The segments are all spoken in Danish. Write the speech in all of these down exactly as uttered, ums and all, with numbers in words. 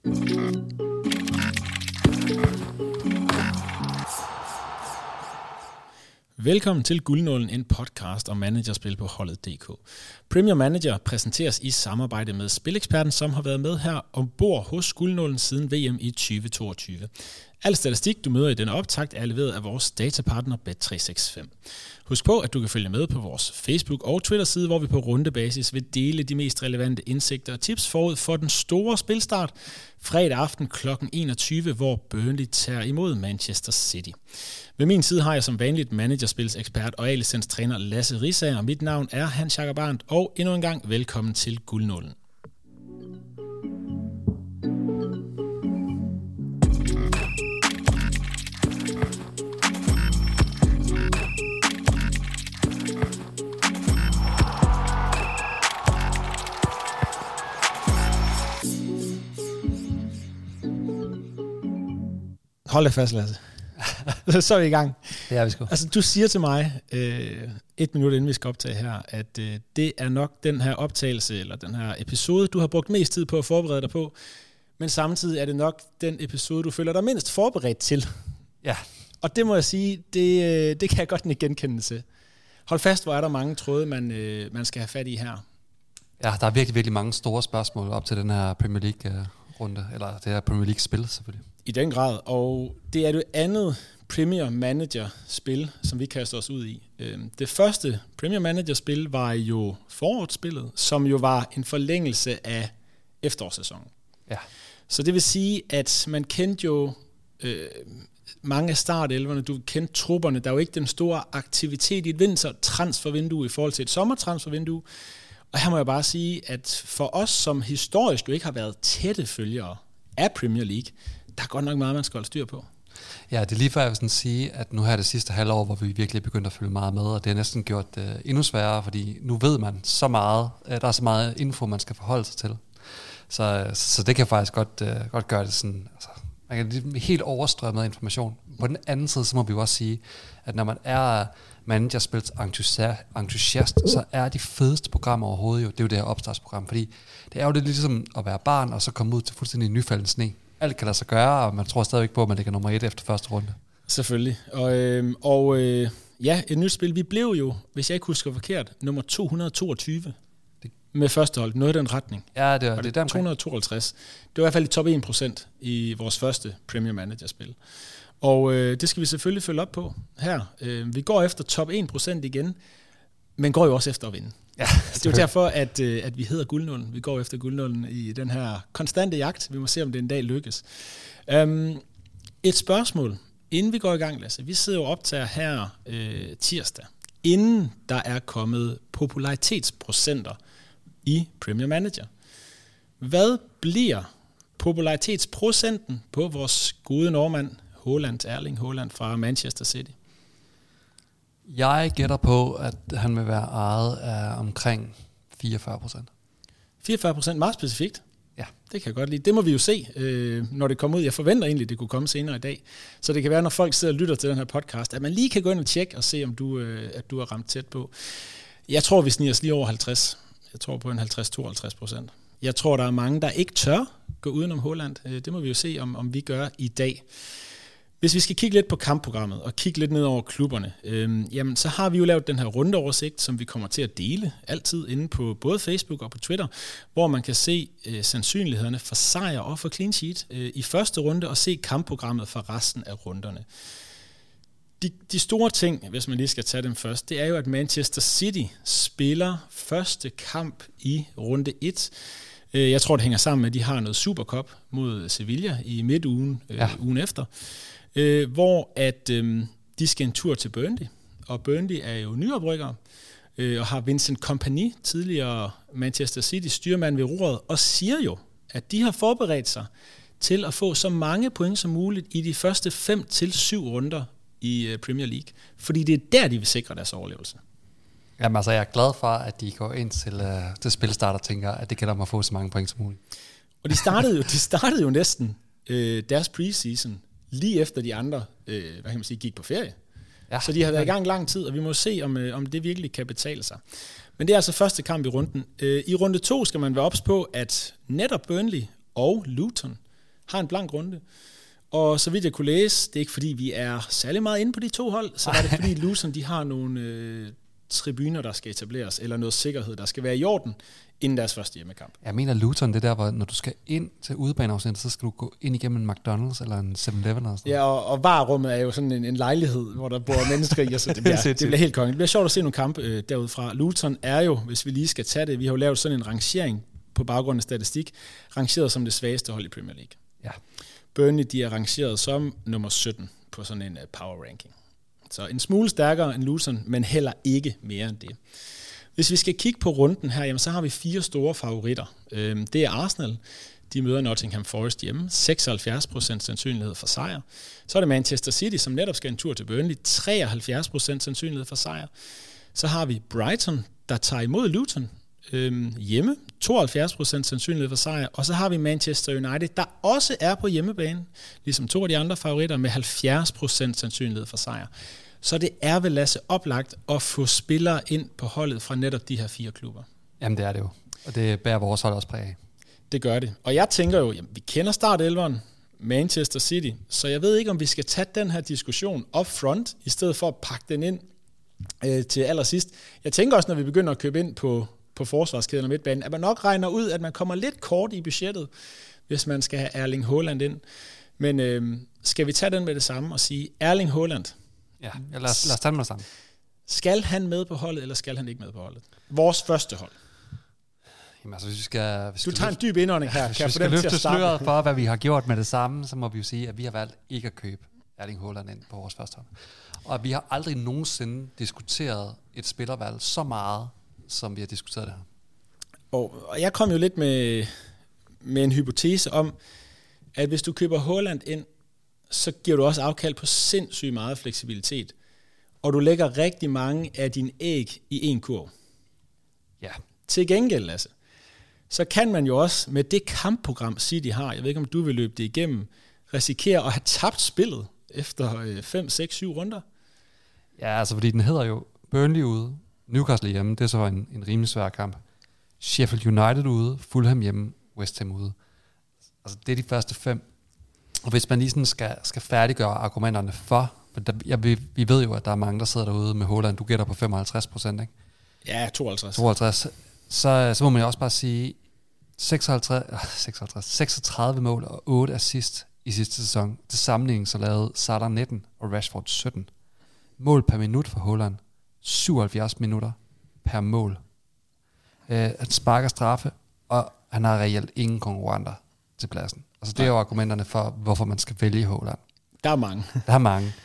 Velkommen til Guldnålen, en podcast om managerspil på holdet punktum d k. Premier Manager præsenteres i samarbejde med Spileksperten, som har været med her ombord hos Guldnålen siden V M i tyve toogtyve. Al statistik, du møder i denne optakt, er leveret af vores datapartner Bet tre seks fem. Husk på, at du kan følge med på vores Facebook- og Twitter-side, hvor vi på rundebasis vil dele de mest relevante indsigter og tips forud for den store spilstart fredag aften klokken enogtyve, hvor Burnley tager imod Manchester City. Ved min side har jeg som vanligt managerspilsekspert og A-licenstræner Lasse Risager. Mit navn er Hans Jakob Arndt, og endnu en gang velkommen til Guldnålen. Hold dig fast, Lasse. Så er vi i gang. Det er vi sgu. Altså, du siger til mig, øh, et minut inden vi skal optage her, at øh, det er nok den her optagelse, eller den her episode, du har brugt mest tid på at forberede dig på, men samtidig er det nok den episode, du føler dig mindst forberedt til. Ja. Og det må jeg sige, det, øh, det kan jeg godt ikke genkende til. Hold fast, hvor er der mange tråde, man, øh, man skal have fat i her. Ja, der er virkelig, virkelig mange store spørgsmål op til den her Premier League-runde, eller det her Premier League-spil selvfølgelig. I den grad, og det er det andet Premier Manager-spil, som vi kaster os ud i. Det første Premier Manager-spil var jo forårsspillet, som jo var en forlængelse af efterårssæsonen. Ja. Så det vil sige, at man kendte jo øh, mange af startelverne, du kendte trupperne, der er jo ikke den store aktivitet i et vintertransfervindue i forhold til et sommertransfervindue. Og her må jeg bare sige, at for os, som historisk jo ikke har været tætte følgere af Premier League, der er godt nok meget, man skal holde styr på. Ja, det er lige før jeg vil sådan sige, at nu her er det sidste halvår, hvor vi virkelig er begyndt at følge meget med, og det er næsten gjort uh, endnu sværere, fordi nu ved man så meget, uh, der er så meget info, man skal forholde sig til. Så, uh, så det kan faktisk godt, uh, godt gøre det sådan, altså, man kan helt overstrømmet af information. På den anden side, så må vi jo også sige, at når man er managerspils entusiast, så er de fedeste programmer overhovedet jo, det er jo det her opstartsprogram, fordi det er jo det ligesom at være barn, og så komme ud til fuldstændig nyfaldende sne. Alt kan lade sig gøre, og man tror stadigvæk på, at man ligger nummer et efter første runde. Selvfølgelig. Og, øh, og øh, ja, et nyt spil. Vi blev jo, hvis jeg ikke husker forkert, nummer to hundrede og toogtyve det. Med første hold. Noget i den retning. Ja, det var det, det der to hundrede og tooghalvtreds. Det var i hvert fald i top en procent i vores første Premier Manager-spil. Og øh, det skal vi selvfølgelig følge op på her. Øh, vi går efter top en procent igen, men går jo også efter at vinde. Ja, det er jo derfor, at, at vi hedder Guldnålen. Vi går efter Guldnålen i den her konstante jagt. Vi må se, om det en dag lykkes. Um, et spørgsmål, inden vi går i gang, Lasse. Vi sidder jo og optager her øh, tirsdag, inden der er kommet popularitetsprocenter i Premier Manager. Hvad bliver popularitetsprocenten på vores gode nordmand, Haaland, Erling Haaland fra Manchester City? Jeg gætter på, at han vil være ejet af omkring fireogfyrre procent. fireogfyrre procent, meget specifikt. Ja. Det kan jeg godt lide. Det må vi jo se, øh, når det kommer ud. Jeg forventer egentlig, at det kunne komme senere i dag. Så det kan være, når folk sidder og lytter til den her podcast, at man lige kan gå ind og tjekke og se, om du, øh, at du er ramt tæt på. Jeg tror, vi sniger os lige over halvtreds. Jeg tror på en halvtreds til tooghalvtreds procent. Jeg tror, der er mange, der ikke tør gå udenom Haaland. Det må vi jo se, om, om vi gør i dag. Hvis vi skal kigge lidt på kampprogrammet og kigge lidt ned over klubberne, øh, jamen, så har vi jo lavet den her rundeoversigt, som vi kommer til at dele altid inde på både Facebook og på Twitter, hvor man kan se øh, sandsynlighederne for sejr og for clean sheet øh, i første runde og se kampprogrammet for resten af runderne. De, de store ting, hvis man lige skal tage dem først, det er jo, at Manchester City spiller første kamp i runde et. Jeg tror, det hænger sammen med, at de har noget Supercup mod Sevilla i midtugen, ja. øh, ugen efter. Øh, hvor at øh, de skal en tur til Burnley, og Burnley er jo nyoprykkere, øh, og har Vincent Kompany, tidligere Manchester City styrmand ved roret, og siger jo, at de har forberedt sig til at få så mange point som muligt i de første fem til syv runder i øh, Premier League, fordi det er der, de vil sikre deres overlevelse. Jamen altså, jeg er glad for, at de går ind til, uh, til spilstart og tænker, at det gælder om at få så mange point som muligt. Og de startede jo, de startede jo næsten øh, deres preseason lige efter de andre, øh, hvad kan man sige, gik på ferie. Ja, så de har været i gang lang tid, og vi må se, om, øh, om det virkelig kan betale sig. Men det er altså første kamp i runden. Øh, I runde to skal man være ops på, at netop Burnley og Luton har en blank runde. Og så vidt jeg kunne læse, det er ikke fordi, vi er særlig meget inde på de to hold, så er det fordi Luton, de har nogle øh, tribuner, der skal etableres, eller noget sikkerhed, der skal være i orden, inden deres første hjemmekamp. Jeg mener Luton, det der, hvor når du skal ind til udebaneafsnittet, så skal du gå ind igennem en McDonald's eller en seven eleven eller sådan. Ja, og, og varerummet er jo sådan en, en lejlighed, hvor der bor mennesker i, og så det bliver, det bliver helt kongen. Det bliver sjovt at se nogle kampe øh, derudfra. Luton er jo, hvis vi lige skal tage det, vi har jo lavet sådan en rangering på baggrund af statistik, rangeret som det svageste hold i Premier League. Ja. Burnley, de er rangeret som nummer sytten på sådan en uh, power ranking. Så en smule stærkere end Luton, men heller ikke mere end det. Hvis vi skal kigge på runden her, jamen, så har vi fire store favoritter. Øhm, det er Arsenal. De møder Nottingham Forest hjemme. seksoghalvfjerds procent sandsynlighed for sejr. Så er det Manchester City, som netop skal en tur til Burnley. treoghalvfjerds procent sandsynlighed for sejr. Så har vi Brighton, der tager imod Luton øhm, hjemme. tooghalvfjerds procent sandsynlighed for sejr. Og så har vi Manchester United, der også er på hjemmebane, ligesom to af de andre favoritter, med halvfjerds procent sandsynlighed for sejr. Så det er vel Lasse oplagt at få spillere ind på holdet fra netop de her fire klubber. Jamen det er det jo, og det bærer vores hold også præg af. Det gør det. Og jeg tænker jo, jamen, vi kender startelveren, Manchester City, så jeg ved ikke, om vi skal tage den her diskussion up front, i stedet for at pakke den ind øh, til allersidst. Jeg tænker også, når vi begynder at købe ind på, på forsvarskæden og midtbanen, at man nok regner ud, at man kommer lidt kort i budgettet, hvis man skal have Erling Haaland ind. Men øh, skal vi tage den med det samme og sige, Erling Haaland, ja, lad os, lad os tage den med sammen. Skal han med på holdet, eller skal han ikke med på holdet? Vores første hold. Jamen, altså, hvis vi skal, hvis du skal tager løfte, en dyb indånding her. Hvis kan vi skal løfte sløret for, hvad vi har gjort med det samme, så må vi jo sige, at vi har valgt ikke at købe Erling Haaland ind på vores første hold. Og vi har aldrig nogensinde diskuteret et spillervalg så meget, som vi har diskuteret det her. Og, og jeg kom jo lidt med, med en hypotese om, at hvis du køber Haaland ind, så giver du også afkald på sindssygt meget fleksibilitet. Og du lægger rigtig mange af dine æg i en kurv. Ja. Til gengæld, Lasse, så kan man jo også med det kampprogram, City har, jeg ved ikke, om du vil løbe det igennem, risikere at have tabt spillet efter fem, seks, syv runder. Ja, altså fordi den hedder jo Burnley ude, Newcastle hjemme, det er så en, en rimelig svær kamp. Sheffield United ude, Fulham hjemme, West Ham ude. Altså det er de første fem. Og hvis man lige sådan skal, skal færdiggøre argumenterne for, for der, ja, vi, vi ved jo, at der er mange, der sidder derude med Haaland, du gætter på femoghalvtreds procent, ikke? Ja, tooghalvtreds. tooghalvtreds. Så, så må man jo også bare sige, seksoghalvtreds, seksoghalvtreds, seksogtredive mål og otte assist i sidste sæson. Til sammenligning så lavede Salah nitten og Rashford sytten. Mål per minut for Haaland, syvoghalvfjerds minutter per mål. Uh, han sparker straffe, og han har reelt ingen konkurrenter til pladsen. Altså det er jo argumenterne for, hvorfor man skal vælge Haaland. Der er mange. Der er mange.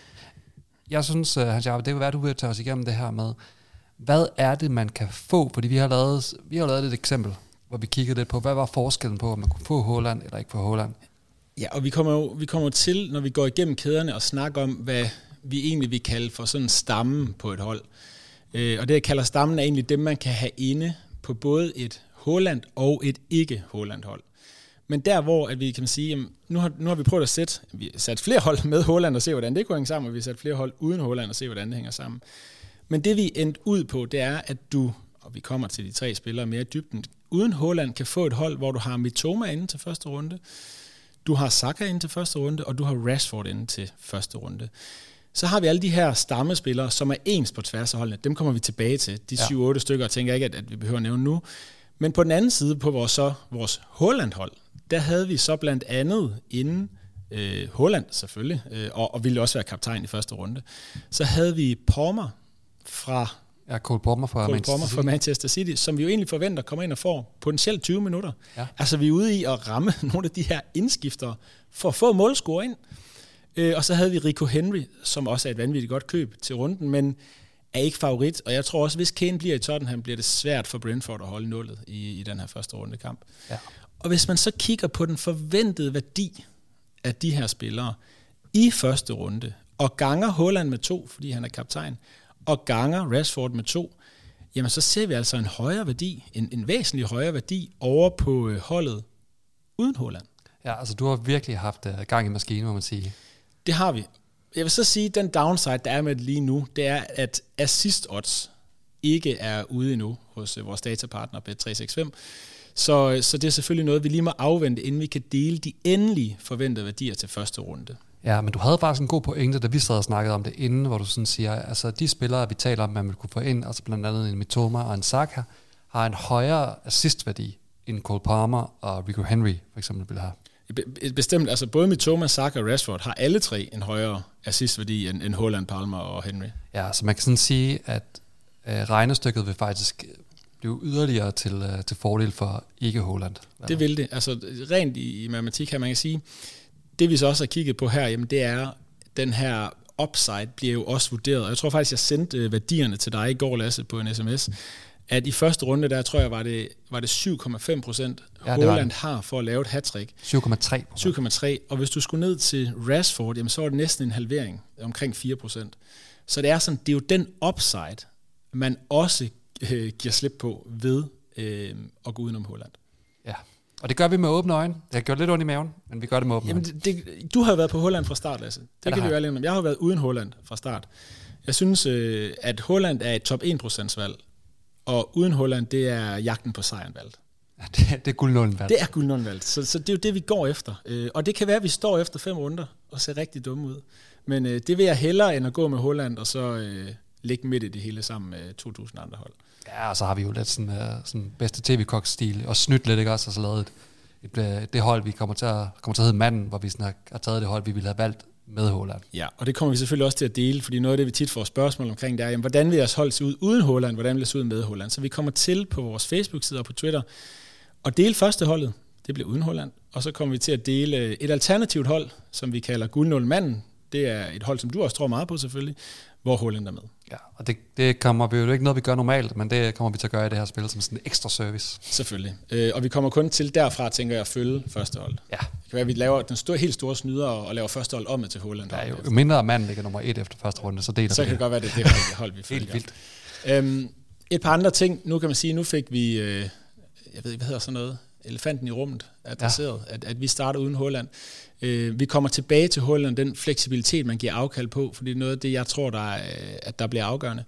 Jeg synes, uh, Hans Jacob, det vil være, du vil tage os igennem det her med, hvad er det, man kan få? Fordi vi har lavet, vi har lavet et eksempel, hvor vi kiggede lidt på, hvad var forskellen på, om man kunne få Haaland eller ikke få Haaland? Ja, og vi kommer jo vi kommer til, når vi går igennem kæderne og snakker om, hvad vi egentlig vil kalde for sådan en stamme på et hold. Øh, og det, jeg kalder stammen, er egentlig dem, man kan have inde på både et Haaland og et ikke-Haaland-hold. Men der, hvor at vi kan sige, jamen, nu, har, nu har vi prøvet at sætte, vi har sat flere hold med Haaland og se, hvordan det kunne hænge sammen, og vi har sat flere hold uden Haaland og se, hvordan det hænger sammen. Men det, vi endte ud på, det er, at du, og vi kommer til de tre spillere mere i dybden, uden Haaland kan få et hold, hvor du har Mitoma inde til første runde, du har Saka inde til første runde, og du har Rashford inde til første runde. Så har vi alle de her stammespillere, som er ens på tværs af holdene. Dem kommer vi tilbage til. De syv otte ja. stykker, tænker jeg ikke, at, at vi behøver at nævne nu. Men på den anden side, på vores, så, vores Haaland-hold, der havde vi så blandt andet inden øh, Haaland selvfølgelig, øh, og, og ville også være kaptajn i første runde. Så havde vi Palmer fra, ja, Cole Palmer fra, Cole Manchester, Palmer City. fra Manchester City, som vi jo egentlig forventer kommer ind og får potentielt tyve minutter. Ja. Altså vi er ude i at ramme nogle af de her indskiftere for at få målscore ind. Øh, og så havde vi Rico Henry, som også er et vanvittigt godt køb til runden, men er ikke favorit. Og jeg tror også, hvis Kane bliver i Tottenham, bliver det svært for Brentford at holde nullet i, i den her første rundekamp. Ja. Og hvis man så kigger på den forventede værdi af de her spillere i første runde, og ganger Haaland med to, fordi han er kaptajn, og ganger Rashford med to, jamen så ser vi altså en højere værdi, en, en væsentlig højere værdi over på holdet uden Haaland. Ja, altså du har virkelig haft uh, gang i maskinen, må man sige. Det har vi. Jeg vil så sige, at den downside, der er med det lige nu, det er, at assist odds ikke er ude endnu hos vores datapartner Bet tre seks fem. Så, så det er selvfølgelig noget, vi lige må afvente, inden vi kan dele de endelige forventede værdier til første runde. Ja, men du havde faktisk en god pointe, da vi sad og snakkede om det inden, hvor du sådan siger, altså de spillere, vi taler om, man vil kunne få ind, altså blandt andet en Mitoma og en Saka, har en højere assistværdi end Cole Palmer og Rico Henry for eksempel vil have. Bestemt, altså både Mitoma, Saka og Rashford har alle tre en højere assistværdi end, end Haaland, Palmer og Henry. Ja, så man kan sådan sige, at øh, regnestykket vil faktisk blive yderligere til, øh, til fordel for ikke Haaland. Det vil det. Altså rent i, i matematik her, man kan sige, det vi så også har kigget på her, jamen det er, den her upside bliver jo også vurderet. Og jeg tror faktisk, jeg sendte værdierne til dig i går, Lasse, på en sms, at i første runde, der tror jeg, var det, var det syv komma fem procent ja, Haaland har for at lave et hat-trick. syv komma tre syv komma tre, og hvis du skulle ned til Rashford, jamen så var det næsten en halvering, omkring fire procent. Så det er sådan, det er jo den upside, man også øh, giver slip på ved øh, at gå udenom Haaland. Ja, og det gør vi med åbne øjne. Det har gjort lidt ondt i maven, men vi gør det med åbne Jamen, øjne. Det, det, du har jo været på Haaland fra start, Lasse. Det, ja, det kan vi jo alle om. Jeg har jo været uden Haaland fra start. Jeg synes, øh, at Haaland er et top en procent valg, og uden Haaland, det er jagten på sejren valgt. Ja, det, det er guldnålen valgt. Det er guldnålen valgt, så, så det er jo det, vi går efter. Øh, og det kan være, at vi står efter fem runder og ser rigtig dumme ud. Men øh, det vil jeg hellere, end at gå med Haaland og så øh, ligge midt i det hele sammen med to tusind andre hold. Ja, og så har vi jo lidt sådan, uh, sådan bedste tv-koks-stil, og snydt lidt, ikke også, og så lavet et, et, det hold, vi kommer til at, kommer til at hedde manden, hvor vi sådan har, har taget det hold, vi ville have valgt med Haaland. Ja, og det kommer vi selvfølgelig også til at dele, fordi noget af det, vi tit får spørgsmål omkring, det er, jamen, hvordan vil jeres hold se ud uden Haaland, hvordan vil det se ud med Haaland? Så vi kommer til på vores Facebook-side og på Twitter at dele første holdet, det bliver uden Haaland, og så kommer vi til at dele et alternativt hold, som vi kalder guldnålen manden. Det er et hold, som du også tror meget på selvfølgelig, hvor Haaland er med. Ja, og det, det kommer vi jo ikke noget, vi gør normalt, men det kommer vi til at gøre i det her spil som sådan en ekstra service. Selvfølgelig. Øh, og vi kommer kun til derfra, tænker jeg, at følge første hold. Ja. Det kan være, at vi laver den store, helt store snyder og laver første hold om til Haaland. Ja, jo, jo mindre mand ligger nummer et efter første runde, så deler så vi kan det godt være, det er det hold, hold vi følger. Helt vildt. Øhm, et par andre ting. Nu kan man sige, nu fik vi, øh, jeg ved ikke, hvad hedder sådan noget, elefanten i rummet adresseret, ja. at, at vi starter uden Haaland. Øh, vi kommer tilbage til Haaland, den fleksibilitet, man giver afkald på, for det er noget af det, jeg tror, der er, at der bliver afgørende.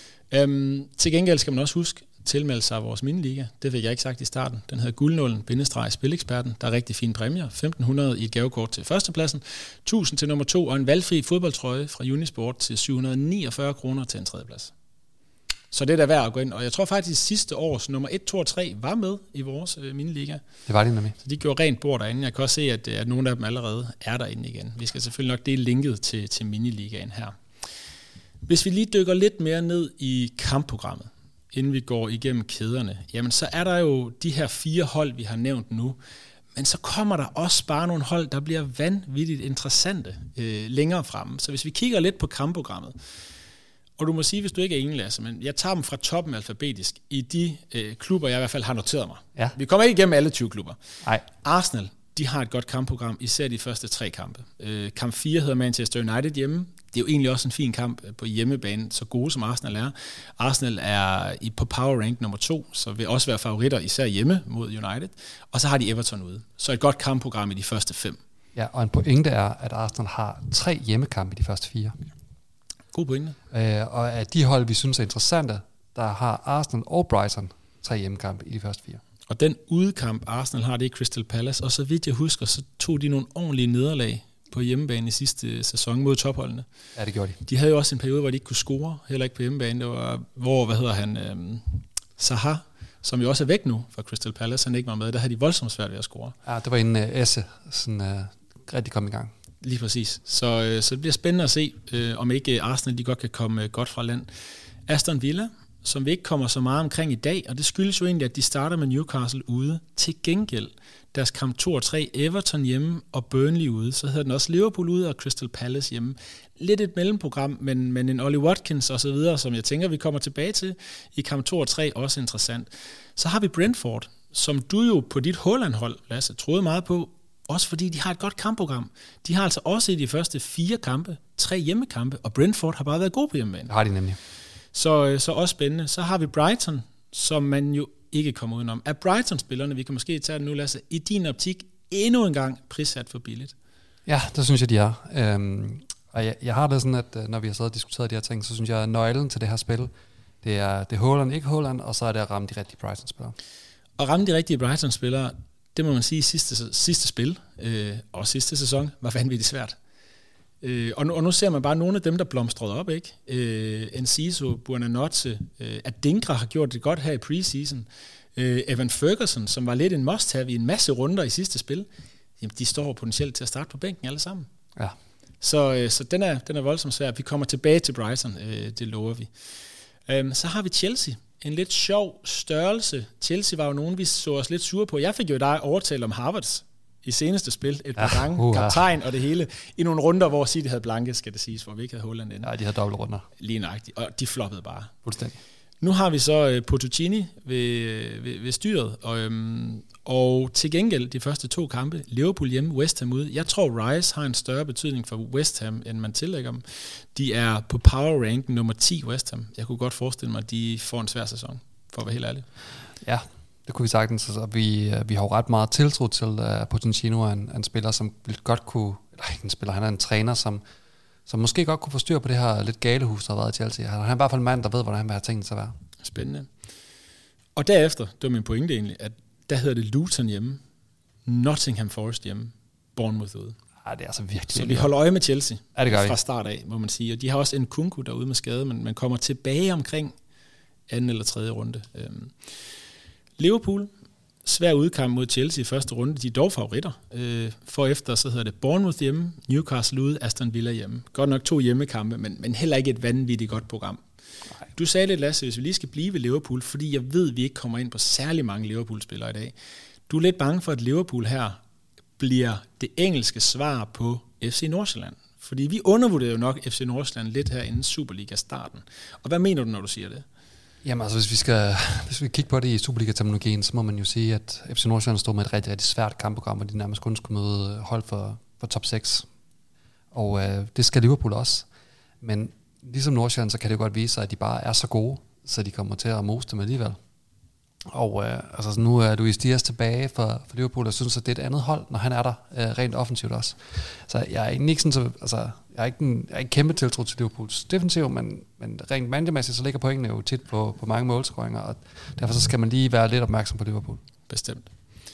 Øhm, til gengæld skal man også huske tilmelde sig af vores miniliga. Det fik jeg ikke sagt i starten. Den hedder Guldnålen bindestreg Spileksperten. Der er rigtig fine præmier. femten hundrede i et gavekort til førstepladsen, tusind til nummer to og en valgfri fodboldtrøje fra Unisport til syv hundrede niogfyrre kroner til en tredjeplads. Så det er da værd at gå ind. Og jeg tror faktisk, sidste års nummer et, to og tre var med i vores øh, miniliga. Det var det nemlig. Så de gjorde rent bord derinde. Jeg kan også se, at, at nogle af dem allerede er derinde igen. Vi skal selvfølgelig nok dele linket til, til miniligaen her. Hvis vi lige dykker lidt mere ned i kampprogrammet, inden vi går igennem kæderne, jamen så er der jo de her fire hold, vi har nævnt nu. Men så kommer der også bare nogle hold, der bliver vanvittigt interessante øh, længere fremme. Så hvis vi kigger lidt på kampprogrammet, og du må sige, hvis du ikke er enig, Lasse, men jeg tager dem fra toppen alfabetisk i de øh, klubber, jeg i hvert fald har noteret mig. Ja. Vi kommer ikke igennem alle tyve klubber. Nej. Arsenal, de har et godt kampprogram, især de første tre kampe. Øh, kamp fire hedder Manchester United hjemme. Det er jo egentlig også en fin kamp på hjemmebane, så gode som Arsenal er. Arsenal er i, på power rank nummer to, så vil også være favoritter, især hjemme mod United. Og så har de Everton ude. Så et godt kampprogram i de første fem. Ja, og en pointe er, at Arsenal har tre hjemmekampe i de første fire. God pointe. Øh, og af de hold, vi synes er interessante, der har Arsenal og Brighton tre hjemmekampe i de første fire. Og den udekamp, Arsenal har, det er Crystal Palace, og så vidt jeg husker, så tog de nogle ordentlige nederlag på hjemmebane i sidste sæson mod topholdene. Ja, det gjorde de. De havde jo også en periode, hvor de ikke kunne score, heller ikke på hjemmebane. Det var, hvor, hvad hedder han, øhm, Zaha, som jo også er væk nu fra Crystal Palace, han ikke var med, der havde de voldsomt svært ved at score. Ja, det var inden uh, Esse sådan, uh, rigtig kom i gang. Lige præcis. Så, øh, så det bliver spændende at se, øh, om ikke Arsenal de godt kan komme øh, godt fra land. Aston Villa, som vi ikke kommer så meget omkring i dag, og det skyldes jo egentlig, at de starter med Newcastle ude. Til gengæld, deres kamp to og tre, Everton hjemme og Burnley ude, så hedder den også Liverpool ude og Crystal Palace hjemme. Lidt et mellemprogram, men, men en Ollie Watkins og så videre, som jeg tænker, vi kommer tilbage til i kamp to og tre, også interessant. Så har vi Brentford, som du jo på dit Haaland-hold, Lasse, troede meget på, også fordi de har et godt kampprogram. De har altså også i de første fire kampe, tre hjemmekampe, og Brentford har bare været gode på hjemmebane. Det har de nemlig. Så, så også spændende. Så har vi Brighton, som man jo ikke kommer udenom. Er Brighton-spillerne, vi kan måske tage det nu, Lasse, i din optik endnu en gang prissat for billigt? Ja, det synes jeg, de er. Øhm, og jeg, jeg har det sådan, at når vi har siddet og diskuteret de her ting, så synes jeg, at nøglen til det her spil, det er, det er Haaland, ikke Haaland, og så er det at ramme de rigtige Brighton-spillere. at ramme de rigtige Brighton-spillere, det må man sige, sidste, sidste spil, øh, og sidste sæson, var vanvittigt svært. Øh, og, nu, og nu ser man bare nogle af dem, der blomstrede op, ikke? Øh, Enciso, Buonanotte, øh, Adingra har gjort det godt her i preseason. Øh, Evan Ferguson, som var lidt en must-have i en masse runder i sidste spil, jamen, de står potentielt til at starte på bænken alle sammen. Ja. Så, øh, så den, er, den er voldsomt svær. Vi kommer tilbage til Brighton, øh, det lover vi. Øh, så har vi Chelsea. En lidt sjov størrelse. Chelsea var jo nogen, vi så os lidt sure på. Jeg fik jo dig overtalt om Havertz i seneste spil et par ja, gange. Uh, kaptajn og det hele. I nogle runder, hvor City havde blanke, skal det siges, hvor vi ikke havde Haaland inde. Ja, de havde dobbelt runder. Lige nøjagtigt. Og de floppede bare. Fuldstændig. Nu har vi så uh, Pochettino ved, ved, ved styret. Og, um, og til gengæld de første to kampe. Liverpool hjemme, West Ham ude. Jeg tror, Rice har en større betydning for West Ham, end man tillægger dem. De er på power rank nummer ti West Ham. Jeg kunne godt forestille mig, at de får en svær sæson, for at være helt ærlig. Ja, det kunne vi sagtens. Altså, vi, vi har jo ret meget tiltro til, at uh, Pochettino er en, en spiller, som godt kunne... Eller ikke en spiller, han er en træner, som, som måske godt kunne få styr på det her lidt galehus, der har været i Chelsea. Han er i hvert fald en mand, der ved, hvordan han vil have tænkt sig at være. Spændende. Og derefter, det var min pointe egentlig, at der hedder det Luton hjemme, Nottingham Forest hjemme, Bournemouth ude. Ja, det er altså virkelig... Så vi holder øje med Chelsea ja, det gør fra vi. start af, må man sige. Og de har også en Nkunku derude med skade, men man kommer tilbage omkring anden eller tredje runde. Øhm. Liverpool, svær udkamp mod Chelsea i første runde. De er dog favoritter. Øh, for efter, så hedder det Bournemouth hjemme, Newcastle ude, Aston Villa hjemme. Godt nok to hjemmekampe, men, men heller ikke et vanvittigt godt program. Nej. Du sagde lidt, Lasse, hvis vi lige skal blive ved Liverpool, fordi jeg ved, at vi ikke kommer ind på særlig mange Liverpool-spillere i dag. Du er lidt bange for, at Liverpool her bliver det engelske svar på F C Nordsjælland. Fordi vi undervurderer jo nok F C Nordsjælland lidt her inden Superliga-starten. Og hvad mener du, når du siger det? Jamen altså, hvis vi skal hvis vi kigger på det i Superliga-terminologien, så må man jo sige, at F C Nordsjælland står med et rigtig, rigtig svært kampprogram, hvor de nærmest kun skulle møde hold for, for top seks. Og øh, det skal Liverpool også. Men ligesom Nordsjælland, så kan det jo godt vise sig, at de bare er så gode, så de kommer til at mose dem alligevel. Og øh, altså, nu er Luis Diaz tilbage for, for Liverpool, og synes, at det er et andet hold, når han er der, øh, rent offensivt også. Så jeg er ikke sådan, så, altså, jeg er ikke en, jeg er ikke kæmpe tiltro til Liverpools defensiv, men, men rent managermæssigt, så ligger pointene jo tit på, på mange målscoringer, og derfor så skal man lige være lidt opmærksom på Liverpool. Bestemt.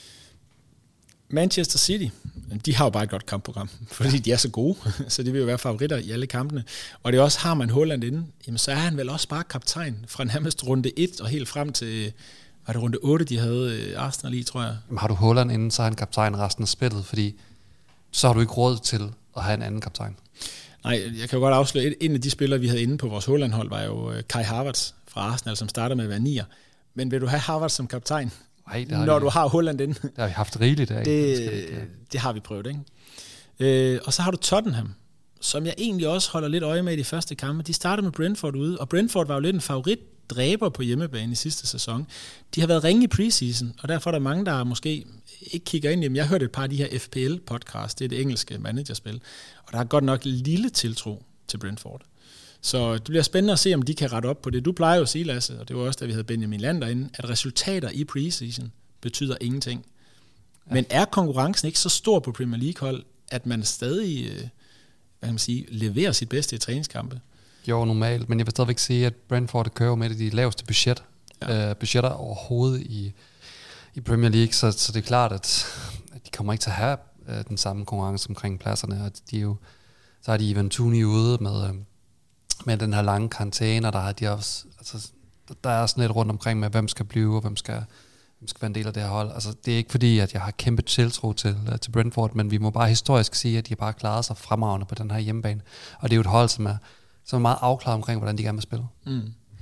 Manchester City, de har jo bare et godt kampprogram, fordi de er så gode, så de vil jo være favoritter i alle kampene. Og det er også, har man Haaland inde, jamen så er han vel også bare kaptajn fra nærmest runde et og helt frem til, var det runde otte, de havde Arsenal i, tror jeg. Jamen, har du Haaland inde, så er han kaptajn resten af spillet, fordi så har du ikke råd til at have en anden kaptajn. Nej, jeg kan jo godt afsløre, en af de spillere, vi havde inde på vores Haaland-hold, var jo Kai Havertz fra Arsenal, som starter med at være nier. Men vil du have Havertz som kaptajn? Nej, når vi, du har Haaland inde. Det har vi haft rigeligt af. Det, det, det har vi prøvet, ikke? Øh, og så har du Tottenham, som jeg egentlig også holder lidt øje med i de første kampe. De starter med Brentford ude, og Brentford var jo lidt en favoritdræber på hjemmebane i sidste sæson. De har været ringe i preseason, og derfor er der mange, der måske ikke kigger ind i dem. Jeg hørte et par af de her F P L-podcasts, det er det engelske managerspil, og der er godt nok lille tiltro til Brentford. Så det bliver spændende at se, om de kan rette op på det. Du plejer jo at sige, Lasse, og det var også, da vi havde Benjamin Land derinde, at resultater i preseason betyder ingenting. Ja. Men er konkurrencen ikke så stor på Premier League-hold, at man stadig hvad kan man sige, leverer sit bedste i træningskampe? Jo, normalt, men jeg vil stadigvæk sige, at Brentford kører med de laveste budget, ja. øh, budgetter overhovedet i, i Premier League, så, så det er klart, at, at de kommer ikke til at have øh, den samme konkurrence omkring pladserne, og de er jo, så har de Ivan Toney ude med... Øh, med den her lange karantæne, der har de også, altså, der er sådan lidt rundt omkring med, hvem skal blive, og hvem skal, hvem skal være en del af det her hold. Altså, det er ikke fordi, at jeg har kæmpe tiltro til, uh, til Brentford, men vi må bare historisk sige, at de har bare klaret sig fremragende på den her hjemmebane. Og det er jo et hold, som er, som er meget afklaret omkring, hvordan de gerne vil spille. Mm.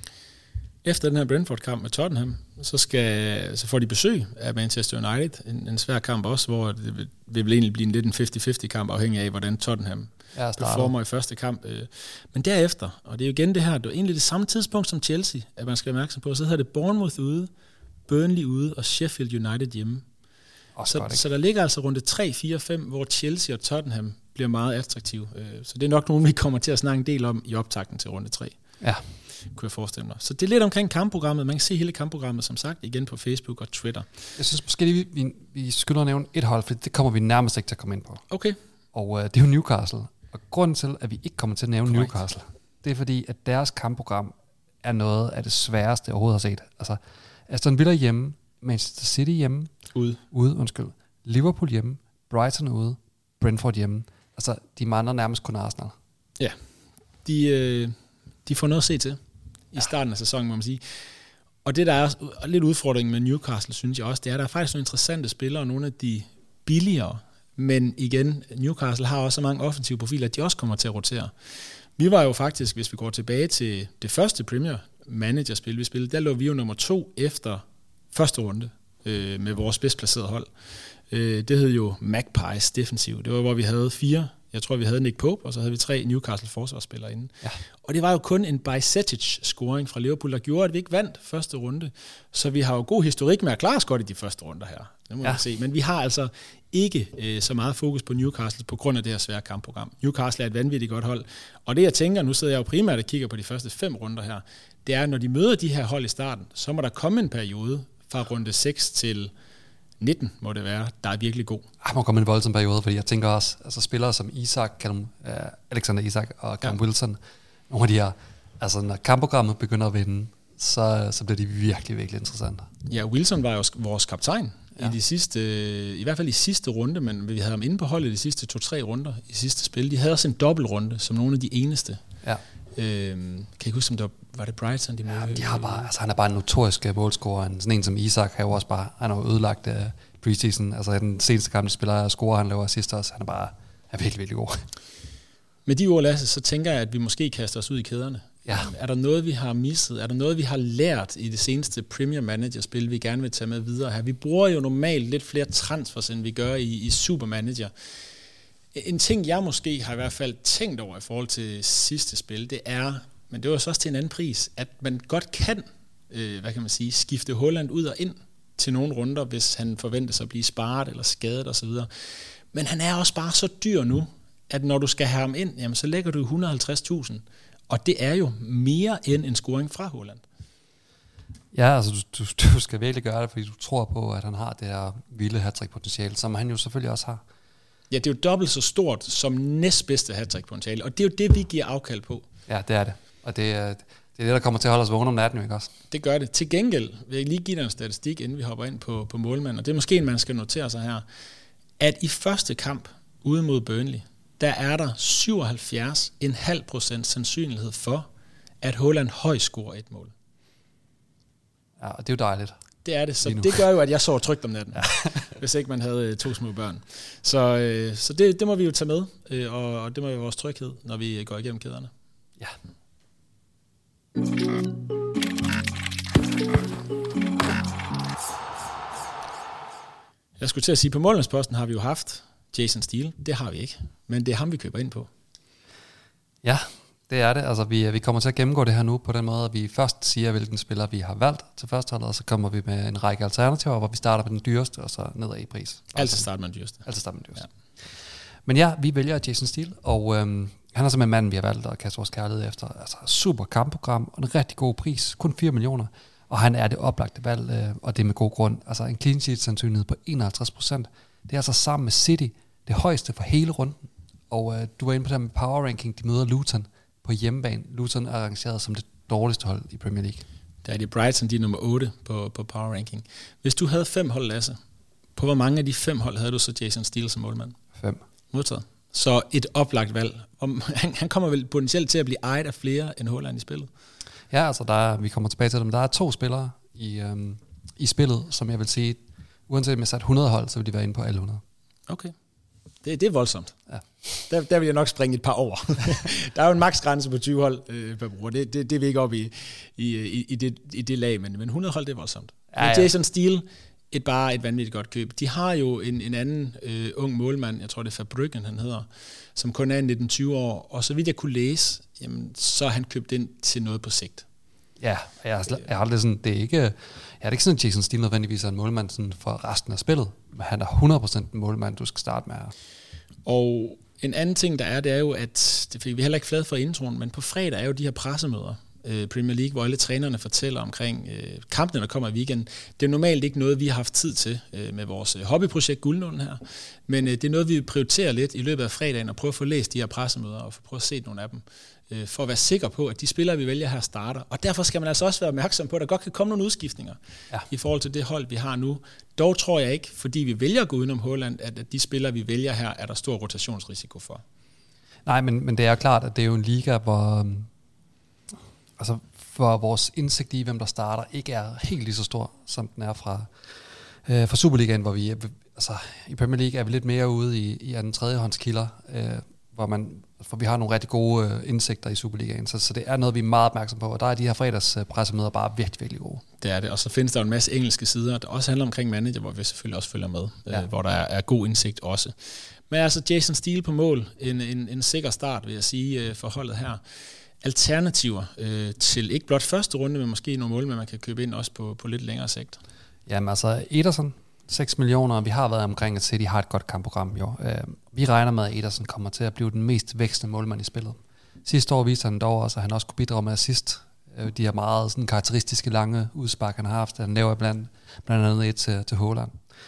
Efter den her Brentford-kamp med Tottenham, så, skal, så får de besøg af Manchester United. En, en svær kamp også, hvor det vil, det vil egentlig blive en lidt en halvtreds halvtreds kamp, afhængig af, hvordan Tottenham performer i første kamp. Men derefter, og det er jo igen det her, det er egentlig det samme tidspunkt som Chelsea, at man skal være opmærksom på, så hedder det Bournemouth ude, Burnley ude og Sheffield United hjemme. Så, godt, så der ligger altså runde tre, fire, fem, hvor Chelsea og Tottenham bliver meget attraktive. Så det er nok nogen, vi kommer til at snakke en del om i optakten til runde tre. Ja. Kunne jeg forestille mig. Så det er lidt omkring kampprogrammet. Man kan se hele kampprogrammet, som sagt, igen på Facebook og Twitter. Jeg synes måske lige, vi, vi skylder at nævne et hold, for det kommer vi nærmest ikke til at komme ind på. Okay. Og uh, det er jo Newcastle. Og grunden til, at vi ikke kommer til at nævne Correct. Newcastle, det er fordi, at deres kampprogram er noget af det sværeste, jeg overhovedet har set. Altså, Aston Villa hjemme, Manchester City hjemme. Ude. Ude, undskyld. Liverpool hjemme. Brighton ude. Brentford hjemme. Altså, de mangler nærmest kun Arsenal. Ja, de, øh, de får noget at se til i starten af sæsonen, må man sige. Og det, der er lidt udfordringen med Newcastle, synes jeg også, det er, at der er faktisk nogle interessante spillere, nogle af de billigere. Men igen, Newcastle har også så mange offensive profiler, at de også kommer til at rotere. Vi var jo faktisk, hvis vi går tilbage til det første Premier Manager-spil, vi spillede, der lå vi jo nummer to efter første runde øh, med vores bedst placerede hold. Øh, det hed jo Magpies defensiv. Det var, hvor vi havde fire. Jeg tror, vi havde Nick Pope, og så havde vi tre Newcastle forsvarsspillere inde. Ja. Og det var jo kun en Bajcetic-scoring fra Liverpool, der gjorde, at vi ikke vandt første runde. Så vi har jo god historik med at klare os godt i de første runder her. Det må ja. man se. Men vi har altså ikke øh, så meget fokus på Newcastle på grund af det her svære kampprogram. Newcastle er et vanvittigt godt hold. Og det jeg tænker, nu sidder jeg jo primært og kigger på de første fem runder her, det er, når de møder de her hold i starten, så må der komme en periode fra runde seks til nitten, må det være, der er virkelig god. Der må komme en voldsom periode, fordi jeg tænker også, altså spillere som Isak, Callum, uh, Alexander Isak og Callum ja. Wilson, nogle af de her, altså når kampprogrammet begynder at vinde, så, så bliver de virkelig, virkelig interessante. Ja, Wilson var jo vores kaptajn ja. i de sidste, i hvert fald i sidste runde, men vi havde ham inde på holdet de sidste to-tre runder i sidste spil. De havde også en dobbeltrunde, som nogle af de eneste. Ja. Øhm, kan jeg ikke huske, om det var, var det Brighton, de ja, de har bare, altså han er bare en notorisk målscorer. Sådan en som Isak har jo også bare, han har ødelagt uh, preseason. Altså den seneste kamp, de spiller, scorer han laver sidst også. Han er bare er virkelig, virkelig god. Med de ord, Lasse, så tænker jeg, at vi måske kaster os ud i kæderne. Ja. Er der noget, vi har misset? Er der noget, vi har lært i det seneste Premier Manager-spil, vi gerne vil tage med videre her? Vi bruger jo normalt lidt flere transfers, end vi gør i, i Super Manager. En ting, jeg måske har i hvert fald tænkt over i forhold til sidste spil, det er, men det var så også til en anden pris, at man godt kan, øh, hvad kan man sige, skifte Haaland ud og ind til nogle runder, hvis han forventes at blive sparet eller skadet osv. Men han er også bare så dyr nu, at når du skal have ham ind, jamen så lægger du et hundrede og halvtreds tusind, og det er jo mere end en scoring fra Haaland. Ja, altså du, du, du skal virkelig gøre det, fordi du tror på, at han har det her vilde hat-trick-potentiale, som han jo selvfølgelig også har. Ja, det er jo dobbelt så stort som næstbedste hat-trick-potentiale, og det er jo det, vi giver afkald på. Ja, det er det. Og det er det, er det der kommer til at holde os vågne om natten, ikke også? Det gør det. Til gengæld vil jeg lige give dig en statistik, inden vi hopper ind på, på målmanden, og det er måske en, man skal notere sig her, at i første kamp ude mod Burnley, der er der syvoghalvfjerds komma fem procent sandsynlighed for, at Haaland højst scorer et mål. Ja, og det er jo dejligt. Det er det, så det gør jo, at jeg sover trygt om natten, ja. hvis ikke man havde to små børn. Så, øh, så det, det må vi jo tage med, øh, og det må være vores tryghed, når vi går igennem kæderne. Ja. Jeg skulle til at sige, på målmandsposten har vi jo haft Jason Steele. Det har vi ikke, men det er ham, vi køber ind på. Ja, det er det. Altså, vi, vi kommer til at gennemgå det her nu på den måde, at vi først siger, hvilken spiller vi har valgt til førsteholdet, og så kommer vi med en række alternativer, hvor vi starter med den dyreste, og så nedad i pris. Altid starter med den dyreste. Altid starter med den dyreste. Ja. Men ja, vi vælger Jason Steele, og øhm, han er simpelthen manden, vi har valgt at kaste vores kærlighed efter. Altså, super kampprogram, og en rigtig god pris, kun fire millioner, og han er det oplagte valg, øh, og det med god grund. Altså en clean sheet sandsynlighed på enoghalvtreds procent. Det er altså sammen med City det højeste for hele runden, og øh, du var inde på det med power ranking, de møder Luton på hjemmebane. Luton er arrangeret som det dårligste hold i Premier League. Der er de Brighton, de er nummer otte på, på power ranking. Hvis du havde fem hold, Lasse, på hvor mange af de fem hold havde du så Jason Steele som målmand? Fem. Modtaget. Så et oplagt valg. Om, han, han kommer vel potentielt til at blive ejet af flere end Haaland i spillet? Ja, altså der er, vi kommer tilbage til det, men der er to spillere i, øhm, i spillet, som jeg vil sige, uanset om jeg sat hundrede hold, så vil de være inde på alle hundrede. Okay. Det, det er voldsomt. Ja. Der, der vil jeg nok springe et par over. Der er jo en maksgrænse på tyve hold øh, per bruger. Det, det, det er vi ikke oppe i, i, i, i, det, i det lag, men, men hundrede hold, det er voldsomt. Ja, ja. Jason Steele, et bare et vanvittigt godt køb. De har jo en, en anden øh, ung målmand, jeg tror det er Verbruggen, han hedder, som kun er nitten til tyve år, og så vidt jeg kunne læse, jamen, så er han købt ind til noget på sigt. Ja, jeg har, jeg har aldrig sådan, det er ikke, jeg er ikke sådan, at Jason Steele nødvendigvis er en målmand sådan for resten af spillet, men han er hundrede procent en målmand, du skal starte med her. Og en anden ting, der er, det er jo, at det fik vi heller ikke flad for introen, men på fredag er jo de her pressemøder øh, Premier League, hvor alle trænerne fortæller omkring øh, kampene, der kommer i weekenden. Det er normalt ikke noget, vi har haft tid til øh, med vores hobbyprojekt Guldnålen her, men øh, det er noget, vi prioriterer lidt i løbet af fredagen og prøve at få læst de her pressemøder og prøve at se nogle af dem, øh, for at være sikker på, at de spillere, vi vælger her, starter. Og derfor skal man altså også være opmærksom på, at der godt kan komme nogle udskiftninger ja. i forhold til det hold, vi har nu. Dog tror jeg ikke, fordi vi vælger at gå udenom Haaland, at de spillere, vi vælger her, er der stor rotationsrisiko for. Nej, men, men det er klart, at det er jo en liga, hvor, altså, hvor vores indsigt i, hvem der starter, ikke er helt lige så stor, som den er fra, øh, fra Superligaen, hvor vi, altså, i Premier League er vi lidt mere ude i, i anden tredjehåndskilder, øh, hvor man, for vi har nogle rigtig gode øh, indsigter i Superligaen, så, så det er noget, vi er meget opmærksom på, og der er de her fredags øh, pressemøder bare virkelig, virkelig gode. Det er det, og så findes der en masse engelske sider, der også handler omkring manager, hvor vi selvfølgelig også følger med, ja. øh, hvor der er, er god indsigt også. Men altså Jason Steele på mål, en, en, en sikker start, vil jeg sige, øh, for holdet her. Alternativer øh, til ikke blot første runde, men måske nogle mål, men man kan købe ind også på, på lidt længere sigt. Jamen altså Ederson, seks millioner, vi har været omkring, at City har et godt kampprogram jo. Øh, vi regner med, at Ederson kommer til at blive den mest vækstende målmand i spillet. Sidste år viste han dog også, at han også kunne bidrage med assist. Øh, de her meget sådan, karakteristiske lange udspark, han har haft. Han laver blandt, blandt andet et til, til Haaland.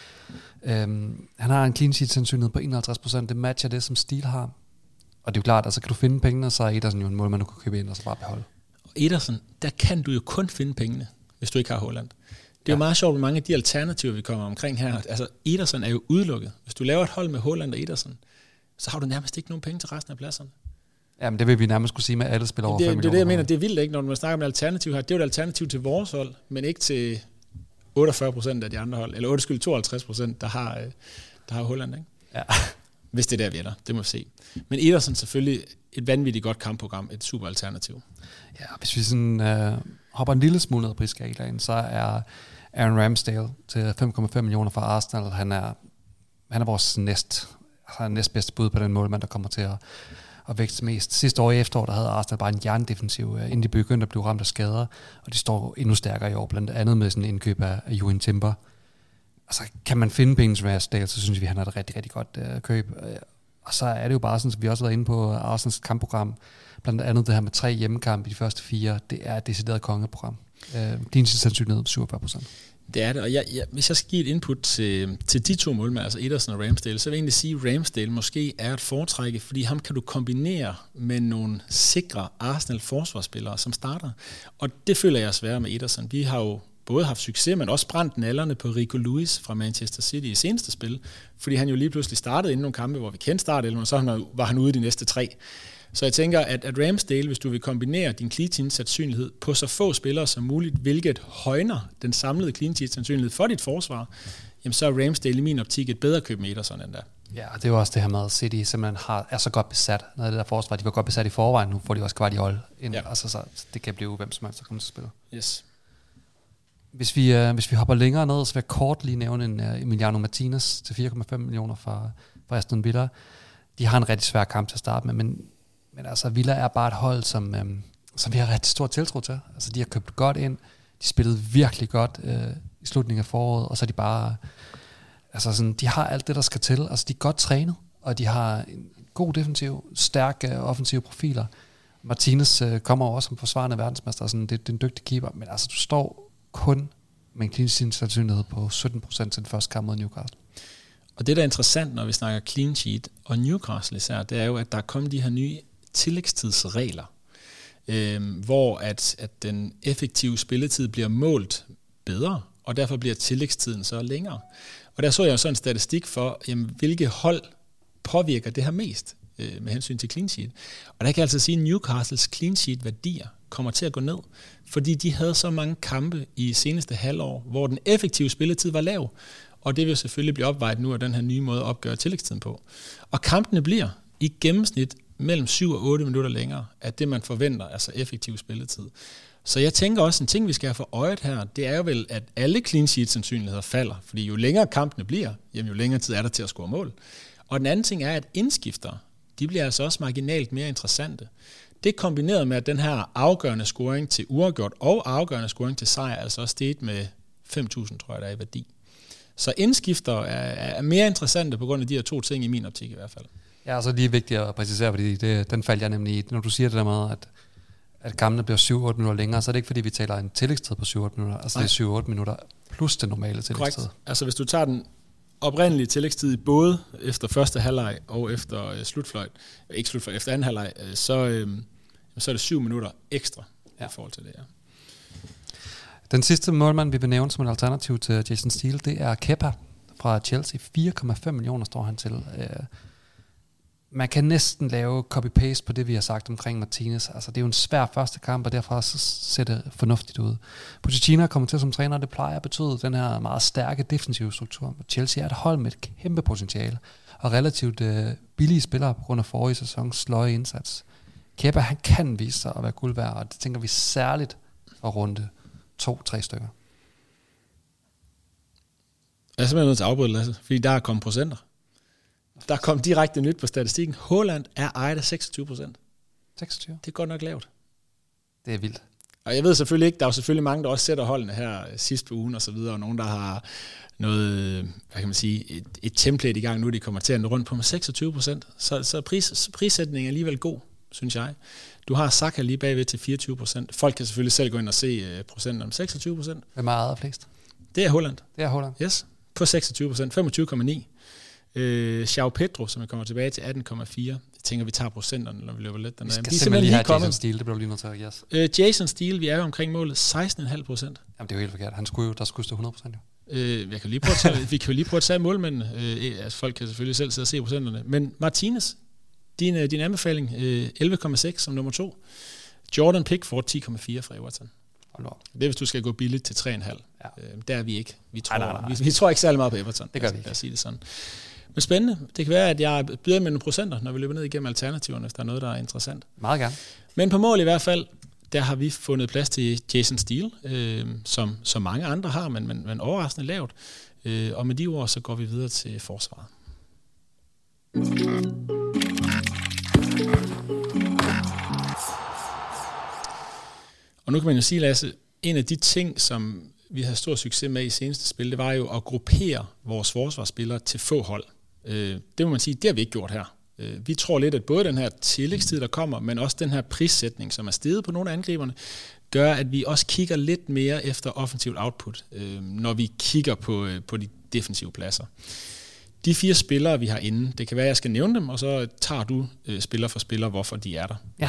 Øhm, han har en clean sheet sandsynlighed på enoghalvtreds procent. Det matcher det, som Steele har. Og det er jo klart, altså kan du finde pengene, så er Ederson jo en målmand, du kan købe ind og så bare beholde. Og Ederson, der kan du jo kun finde pengene, hvis du ikke har Haaland. Det er ja. jo meget sjovt med mange af de alternativer, vi kommer omkring her. Altså Ederson er jo udelukket. Hvis du laver et hold med Haaland og Ederson, så har du nærmest ikke nogen penge til resten af pladserne. Jamen det vil vi nærmest kunne sige med alle spillere over det, fem millioner. Det er det, jeg mener, det er vildt ikke, når man snakker om et alternativ her. Det er jo et alternativ til vores hold, men ikke til otteogfyrre procent af de andre hold, eller undskyld, tooghalvtreds procent, der har, der har Haaland, ikke? Ja. Hvis det er der, vi er der. Det må vi se. Men Ederson selvfølgelig et vanvittigt godt kampprogram, et super alternativ. Ja, hvis vi sådan øh, hopper en lille smule ned på skalaen, så er Aaron Ramsdale til fem komma fem millioner fra Arsenal. Han er, han er vores næst, altså næstbedste bud på den målmand, der kommer til at, at vækste mest. Sidste år i efterår, der havde Arsenal bare en jerndefensiv, inden de begyndte at blive ramt af skader, og de står endnu stærkere i år, blandt andet med sådan en indkøb af Julian Timber. Altså, kan man finde penge til Ramsdale, så synes vi, han har et rigtig, rigtig godt øh, køb. Og så er det jo bare sådan, som vi også har været inde på Arsenals kampprogram, blandt andet det her med tre hjemmekampe i de første fire, det er et decideret kongeprogram. Øh, Din sandsynlighed syvogfyrre procent. Det er det, og jeg, jeg, hvis jeg skal give et input til, til de to målmænd, altså Ederson og Ramsdale, så vil jeg egentlig sige, at Ramsdale måske er et foretrække, fordi ham kan du kombinere med nogle sikre Arsenal-forsvarsspillere, som starter. Og det føler jeg er sværere med Ederson. Vi har jo både haft succes, men også brændt nallerne på Rico Lewis fra Manchester City i seneste spil, fordi han jo lige pludselig startede inden nogle kampe, hvor vi kendte startet, og så var han ude de næste tre. Så jeg tænker, at, at Ramsdale, hvis du vil kombinere din clean sheet sandsynlighed på så få spillere som muligt, hvilket højner den samlede clean sheet sandsynlighed for dit forsvar, jamen så er Ramsdale i min optik et bedre køb med Ederson end da. Ja, og det er jo også det her med, at City simpelthen har, er så godt besat. Noget af det der forsvar, de var godt besat i forvejen, nu får de også kvart i hold ind. Ja. Altså, så det kan blive hvem som helst, der kommer til at spille. Yes. Hvis vi, øh, hvis vi hopper længere ned, så vil jeg kort lige nævne en uh, Emiliano Martinez til fire komma fem millioner fra, fra Aston Villa. De har en rigtig svær kamp til at starte med, men, men altså Villa er bare et hold, som, øhm, som vi har rigtig stor tiltro til. Altså de har købt godt ind, de spillede virkelig godt øh, i slutningen af foråret, og så er de bare, altså sådan, de har alt det, der skal til. Altså de er godt trænet, og de har en god defensiv, stærke offensive profiler. Martinez øh, kommer også som forsvarende verdensmester, sådan, det, det er en dygtig keeper, men altså du står kun med en clean sheet sandsynlighed på sytten procent til den første kamp mod Newcastle. Og det, der er interessant, når vi snakker clean sheet og Newcastle især, det er jo, at der er kommet de her nye tillægstidsregler, øh, hvor at, at den effektive spilletid bliver målt bedre, og derfor bliver tillægstiden så længere. Og der så jeg jo sådan en statistik for, jamen, hvilke hold påvirker det her mest øh, med hensyn til clean sheet. Og der kan jeg altså sige, at Newcastles clean sheet værdier kommer til at gå ned, fordi de havde så mange kampe i seneste halvår, hvor den effektive spilletid var lav, og det vil selvfølgelig blive opvejet nu af den her nye måde at opgøre tillægstiden på. Og kampene bliver i gennemsnit mellem syv og otte minutter længere af det, man forventer, altså effektiv spilletid. Så jeg tænker også, en ting, vi skal have for øjet her, det er jo vel, at alle clean sheet sandsynligheder falder, fordi jo længere kampene bliver, jamen jo længere tid er der til at score mål. Og den anden ting er, at indskifter, de bliver altså også marginalt mere interessante. Det kombineret med, at den her afgørende scoring til uafgjort og afgørende scoring til sejr, altså også steget med fem tusind, tror jeg, der er i værdi. Så indskifter er, er mere interessante på grund af de her to ting i min optik i hvert fald. Ja, og så lige vigtigt at præcisere, fordi det, den faldt jeg nemlig i, når du siger det der med, at, at kampene bliver syv otte minutter længere, så er det ikke fordi, vi taler en tillægstid på syv otte minutter. Altså Nej. Det er syv otte minutter plus det normale tillægstid. Korrekt. Altså hvis du tager den oprindelige tillægstid både efter første halvleg og efter øh, slutfløjt, ikke slutfløjt, efter anden halvleg, øh, så, øh, så er det syv minutter ekstra ja. I forhold til det, ja. Den sidste målmand, vi benævner som et alternativ til Jason Steele, det er Kepa fra Chelsea. fire komma fem millioner står han til. Øh, man kan næsten lave copy-paste på det, vi har sagt omkring Martinez. Altså, det er jo en svær første kamp, og derfor så ser det fornuftigt ud. Pochettino kommer til som træner, og det plejer at betyde den her meget stærke defensive struktur. Chelsea er et hold med et kæmpe potentiale, og relativt øh, billige spillere på grund af forrige sæsons sløje indsats. Kepa, han kan vise sig at være guld værd, og det tænker vi særligt for runde to-tre stykker. Jeg er simpelthen nødt til at afbryde, Lasse, fordi der er kommet procenter. Der kom direkte nyt på statistikken. Haaland er ejet af seksogtyve procent. seksogtyve? Det er godt nok lavt. Det er vildt. Og jeg ved selvfølgelig ikke, der er jo selvfølgelig mange, der også sætter holdene her sidst på ugen og så videre, og nogen, der har noget, hvad kan man sige, et, et template i gang nu, de kommer til at nå rundt på med seksogtyve procent. Så, så pris, prissætningen er alligevel god, synes jeg. Du har Saka lige bagved til fireogtyve procent. Folk kan selvfølgelig selv gå ind og se procenten om seksogtyve procent. Hvem er ejet flest? Det er Haaland. Det er Haaland. Yes, på seksogtyve procent. femogtyve komma ni. Øh, João Pedro, som jeg kommer tilbage til atten komma fire. Jeg tænker, vi tager procenterne, når vi løber lidt. Den vi skal de simpelthen, simpelthen lige have kommet. Jason Steele, det bliver lige nødt til at yes. øh, Jason Steele, vi er jo omkring målet, seksten komma fem procent. Jamen det er jo helt forkert. Han skulle jo, der skulle stå hundrede procent jo. Øh, jeg kan lige prøve at tage, vi kan jo lige prøve at tage målmændene. Øh, altså folk kan selvfølgelig selv sidde og se procenterne. Men Martinez, din, din anbefaling, øh, elleve komma seks som nummer to. Jordan Pickford, ti komma fire fra Everton. Det er, hvis du skal gå billigt til tre komma fem. Ja. Øh, der er vi ikke. Vi tror, nej, nej, nej. Vi, vi tror ikke særlig meget på Everton. Det gør vi ikke. Lad os sige det sådan. Men spændende. Det kan være, at jeg byder med nogle procenter, når vi løber ned igennem alternativerne, hvis der er noget, der er interessant. Meget gerne. Men på mål i hvert fald, der har vi fundet plads til Jason Steele, øh, som, som mange andre har, men, men, men overraskende lavt. Øh, og med de ord, så går vi videre til forsvaret. Og nu kan man jo sige, Lasse, en af de ting, som vi havde stor succes med i seneste spil, det var jo at gruppere vores forsvarsspillere til få hold. Det må man sige, det har vi ikke gjort her. Vi tror lidt, at både den her tillægstid, der kommer, men også den her prissætning, som er steget på nogle af angriberne, gør, at vi også kigger lidt mere efter offensivt output, når vi kigger på, på de defensive pladser. De fire spillere, vi har inde, det kan være, at jeg skal nævne dem, og så tager du spiller for spiller, hvorfor de er der. Ja.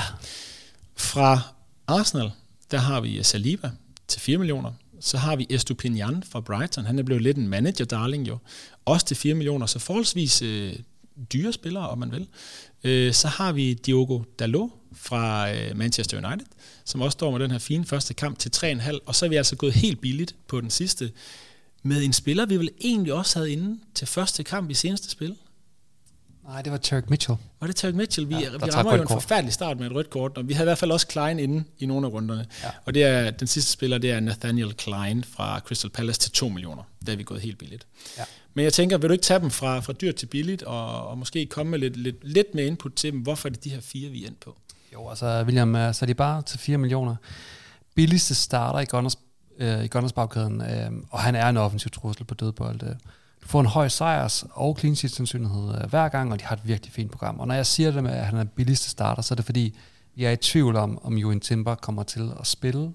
Fra Arsenal, der har vi Saliba til fire millioner. Så har vi Estupiñán fra Brighton. Han er blevet lidt en manager-darling jo. Også til fire millioner, så forholdsvis øh, dyre spillere, om man vil. Øh, så har vi Diogo Dalot fra øh, Manchester United, som også står med den her fine første kamp til tre komma fem. Og så er vi altså gået helt billigt på den sidste, med en spiller, vi vel egentlig også havde inde til første kamp i seneste spil. Nej, det var Tariq Mitchell. Var det Tariq Mitchell? Vi, ja, vi rammer jo en forfærdelig start med et rødt kort, og vi havde i hvert fald også Klein inde i nogle af runderne. Ja. Og det er, den sidste spiller, det er Nathaniel Klein fra Crystal Palace til to millioner. Der er vi gået helt billigt. Ja. Men jeg tænker, vil du ikke tage dem fra, fra dyrt til billigt, og, og måske komme med lidt, lidt, lidt mere input til dem? Hvorfor er det de her fire, vi er endt på? Jo, altså William Saliba til fire millioner. Billigste starter i Gunners, øh, i Gunners bagkæden, øh, og han er en offensiv trussel på dødbold. Øh. Du får en høj sejrs- og clean sheet sandsynlighed øh, hver gang, og de har et virkelig fint program. Og når jeg siger det med, at han er billigste starter, så er det fordi, vi er i tvivl om, om Julian Timber kommer til at spille.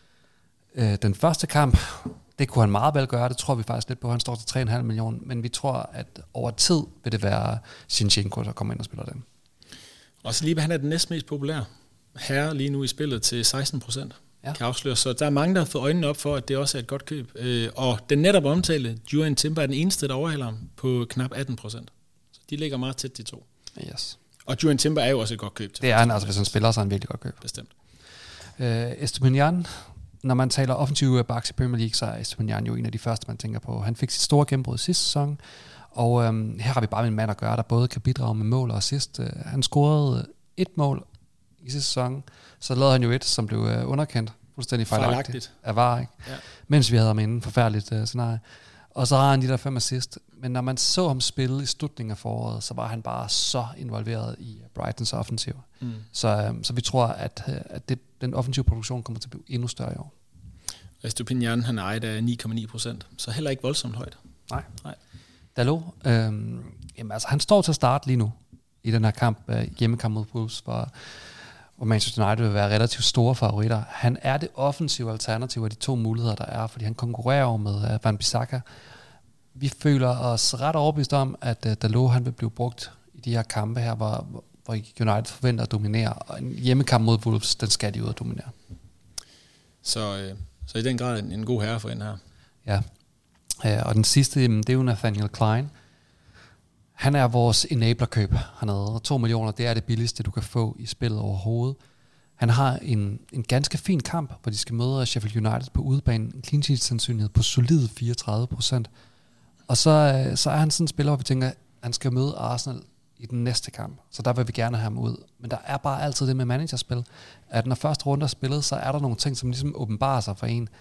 Øh, den første kamp, det kunne han meget vel gøre, det tror vi faktisk lidt på, han står til tre komma fem millioner, men vi tror, at over tid vil det være Zinchenko, der kommer ind og spiller den. Og Saliba, han er den næstmest populære herre lige nu i spillet til seksten procent. Ja. Kan afsløre. Så der er mange, der har fået øjnene op for, at det også er et godt køb. Øh, og den netop omtalte, Julian Timber, er den eneste, der overhælder ham på knap atten procent. Så de ligger meget tæt, de to. Yes. Og Julian Timber er jo også et godt køb. Til det er han, altså hvis han spiller, så er han virkelig godt køb. Bestemt. Øh, Estupiñán, når man taler offensive backs i Premier League, så er Estupiñán jo en af de første, man tænker på. Han fik sit store gennembrud sidste sæson, og øhm, her har vi bare med en mand at gøre, der både kan bidrage med mål og assist. Øh, han scorede et mål i sidste sæson, så lavede han jo et, som blev øh, underkendt. Fuldstændig fejlagtigt af V A R, ikke? Ja. Mens vi havde ham inden, forfærdeligt uh, scenarie. Og så har han de der fem assist. Men når man så ham spille i slutningen af foråret, så var han bare så involveret i Brightons offensiv. Mm. Så, um, så vi tror, at, at det, den offensive produktion kommer til at blive endnu større i år. Estupiñán, han er ejet af ni komma ni procent, så heller ikke voldsomt højt. Nej. Nej. Dalot, øhm, jamen altså, han står til at starte lige nu i den her kamp, øh, hjemmekamp mod Wolves, hvor hvor Manchester United vil være relativt store favoritter. Han er det offensive alternativ af de to muligheder, der er, fordi han konkurrerer med uh, Wan-Bissaka. Vi føler os ret overbevist om, at uh, Dalot han vil blive brugt i de her kampe her, hvor, hvor United forventer at dominere, og en hjemmekamp mod Wolves, den skal de ud at dominere. Så, øh, så i den grad en, en god herre for en her. Ja, uh, og den sidste, det er jo Nathaniel Klein. Han er vores enabler-køb hernede, og to millioner, det er det billigste, du kan få i spillet overhovedet. Han har en, en ganske fin kamp, hvor de skal møde Sheffield United på udebane, en clean sheet sandsynlighed på solide fireogtredive procent. Og så, så er han sådan en spiller, hvor vi tænker, at han skal møde Arsenal i den næste kamp, så der vil vi gerne have ham ud. Men der er bare altid det med managerspil, at når første runde er spillet, så er der nogle ting, som ligesom åbenbarer sig for en.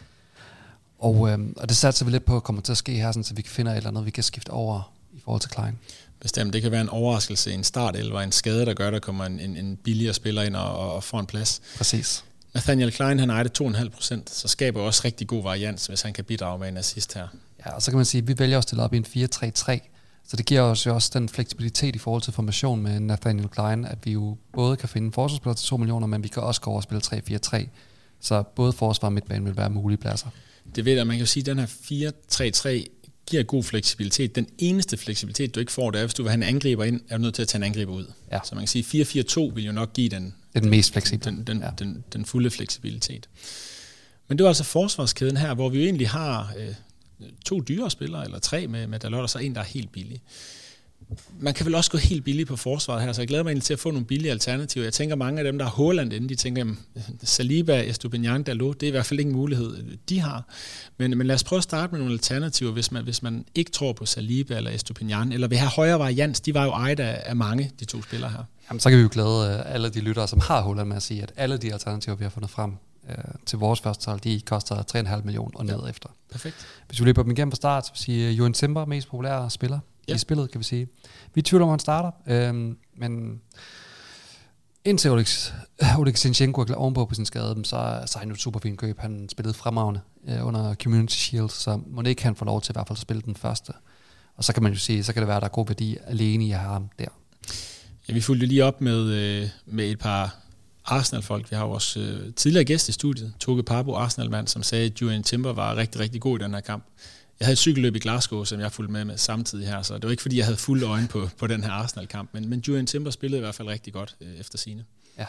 Og, øhm, og det satser vi lidt på at komme til at ske her, sådan, så vi kan finde et eller andet, vi kan skifte over i forhold til Klein. Bestemt, det kan være en overraskelse, en start eller en skade, der gør, der kommer en, en, en billigere spiller ind og, og får en plads. Præcis. Nathaniel Klein, han ejer det to komma fem procent, så skaber også rigtig god varians, hvis han kan bidrage med en assist her. Ja, og så kan man sige, at vi vælger at stille op i en fire tre tre, så det giver os jo også den fleksibilitet i forhold til formation med Nathaniel Klein, at vi jo både kan finde en forsvarsspiller til to millioner, men vi kan også gå over og spille tre fire tre, så både forsvar og midtbane vil være mulige pladser. Det ved jeg, man kan jo sige, at den her fire tre tre giver god fleksibilitet. Den eneste fleksibilitet, du ikke får, det er, hvis du vil have en angriber ind, er du nødt til at tage en angriber ud. Ja. Så man kan sige, fire fire to vil jo nok give den, den mest fleksible. Den, den, ja. den, den fulde fleksibilitet. Men det var altså forsvarskæden her, hvor vi jo egentlig har øh, to dyre spillere, eller tre med, med Dalot, og så en, der er helt billig. Man kan vel også gå helt billigt på forsvaret her, så jeg glæder mig egentlig til at få nogle billige alternativer. Jeg tænker, mange af dem, der har Haaland inde, de tænker, Saliba, Estupiñán, Dalot, det er i hvert fald ikke en mulighed, de har. Men, men lad os prøve at starte med nogle alternativer, hvis man, hvis man ikke tror på Saliba eller Estupiñán, eller vil have højere varians. De var jo ejet af, af mange, de to spillere her. Jamen, så kan vi jo glæde alle de lyttere, som har Haaland, med at sige, at alle de alternativer, vi har fundet frem øh, til vores første hold, de koster tre komma fem millioner og ned ja. Efter. Perfekt. Hvis vi løber dem igennem på start, så vil sige, Juan Timber, mest populære spiller ja. I spillet, kan vi sige. Vi tvivler om, han starter, øhm, men indtil Oleg Zinchenko er ovenpå på sin skade, så, så er han jo et super fint køb. Han spillede fremragende øh, under Community Shield, så må det ikke han få lov til i hvert fald at spille den første. Og så kan man jo sige, så kan det være, at der er god værdi alene i at have ham der. Ja, vi fulgte lige op med, øh, med et par Arsenal-folk. Vi har vores øh, tidligere gæst i studiet, Toge Parbo, Arsenal-mand, som sagde, at Julian Timber var rigtig, rigtig god i den her kamp. Jeg havde et cykelløb i Glasgow, som jeg fulgte med med samtidig her, så det var ikke, fordi jeg havde fuldt øjne på, på den her Arsenal-kamp, men, men Julian Timber spillede i hvert fald rigtig godt øh, efter sine. Ja.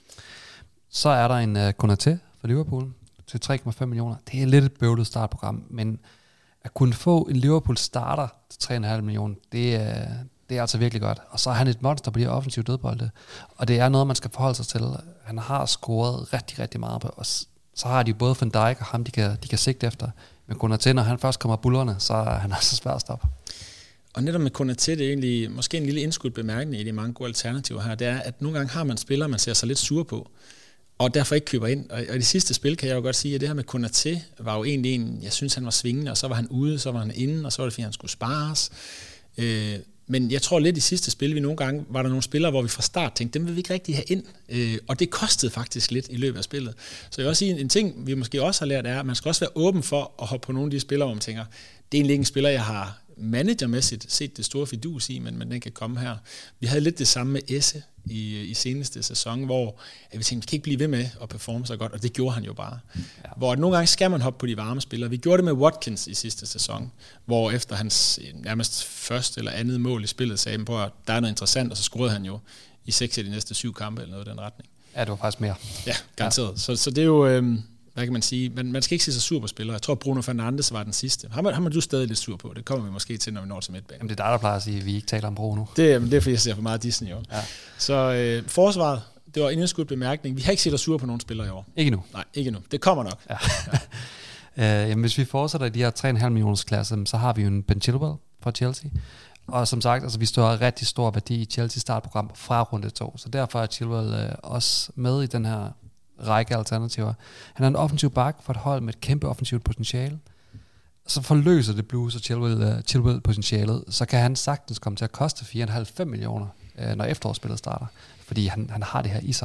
Så er der en uh, Konaté for Liverpool til tre komma fem millioner. Det er lidt et bøvlet startprogram, men at kunne få en Liverpool-starter til tre komma fem millioner, det er... Uh, Det er altså virkelig godt. Og så er han et monster på de her offensive dødbolde. Og det er noget, man skal forholde sig til. Han har scoret rigtig, rigtig meget på. Og så har de både Van Dijk og ham, de kan, de kan sigte efter. Men Konaté, når han først kommer bullerne, så er han altså svært at stoppe. Og netop med Konaté, det er egentlig måske en lille indskudt bemærkning i de mange gode alternativer her, det er, at nogle gange har man spillere, man ser sig lidt sur på, og derfor ikke køber ind. Og i det sidste spil kan jeg jo godt sige, at det her med Konaté var jo egentlig en, jeg synes han var svingende, og så var han ude, så var han inde, og så var det fordi han skulle spares. Øh, Men jeg tror lidt i sidste spil, vi nogle gange, var der nogle spillere, hvor vi fra start tænkte, dem vil vi ikke rigtig have ind. Øh, og det kostede faktisk lidt i løbet af spillet. Så jeg vil også sige, en, en ting, vi måske også har lært, er, at man skal også være åben for at hoppe på nogle af de spillere, hvor man tænker, det er egentlig ikke en spiller, jeg har managermæssigt set det store fidus i, men, men den kan komme her. Vi havde lidt det samme med Esse i, i seneste sæson, hvor vi tænkte, vi kan ikke blive ved med at performe så godt, og det gjorde han jo bare. Ja. Hvor nogle gange skal man hoppe på de varme spillere. Vi gjorde det med Watkins i sidste sæson, hvor efter hans nærmest første eller andet mål i spillet sagde han på, at der er noget interessant, og så scorede han jo i seks af de næste syv kampe, eller noget i den retning. Ja, det var faktisk mere. Ja, garanteret. Ja. Så, så det er jo... Øh, hvad kan man sige, man, man skal ikke se sig sur på spillere. Jeg tror, Bruno Fernandes var den sidste. Har man, har man du stadig lidt sur på? Det kommer vi måske til, når vi når til midtbanen. Jamen, det er dig, der plejer at sige, at vi ikke taler om Bruno. Det, det er, fordi jeg ser for meget Disney i år. Ja. Så øh, forsvaret, det var en indskudt bemærkning. Vi har ikke set os sur på nogen spillere i år. Ikke nu. Nej, ikke nu. Det kommer nok. Ja. Ja. øh, jamen, hvis vi fortsætter i de her tre komma fem millioners klasse, så har vi jo en Ben Chilwell fra Chelsea. Og som sagt, altså, vi står rigtig stor værdi i Chelsea startprogram fra runde to. Så derfor er Chilwell øh, også med i den her række alternativer. Han er en offensiv bak for et hold med et kæmpe offensivt potentiale. Så forløser det Blues og Chilwell, uh, Chilwell potentialet, så kan han sagtens komme til at koste fire komma fem millioner, uh, når efterårsspillet starter. Fordi han, han har det her i sig.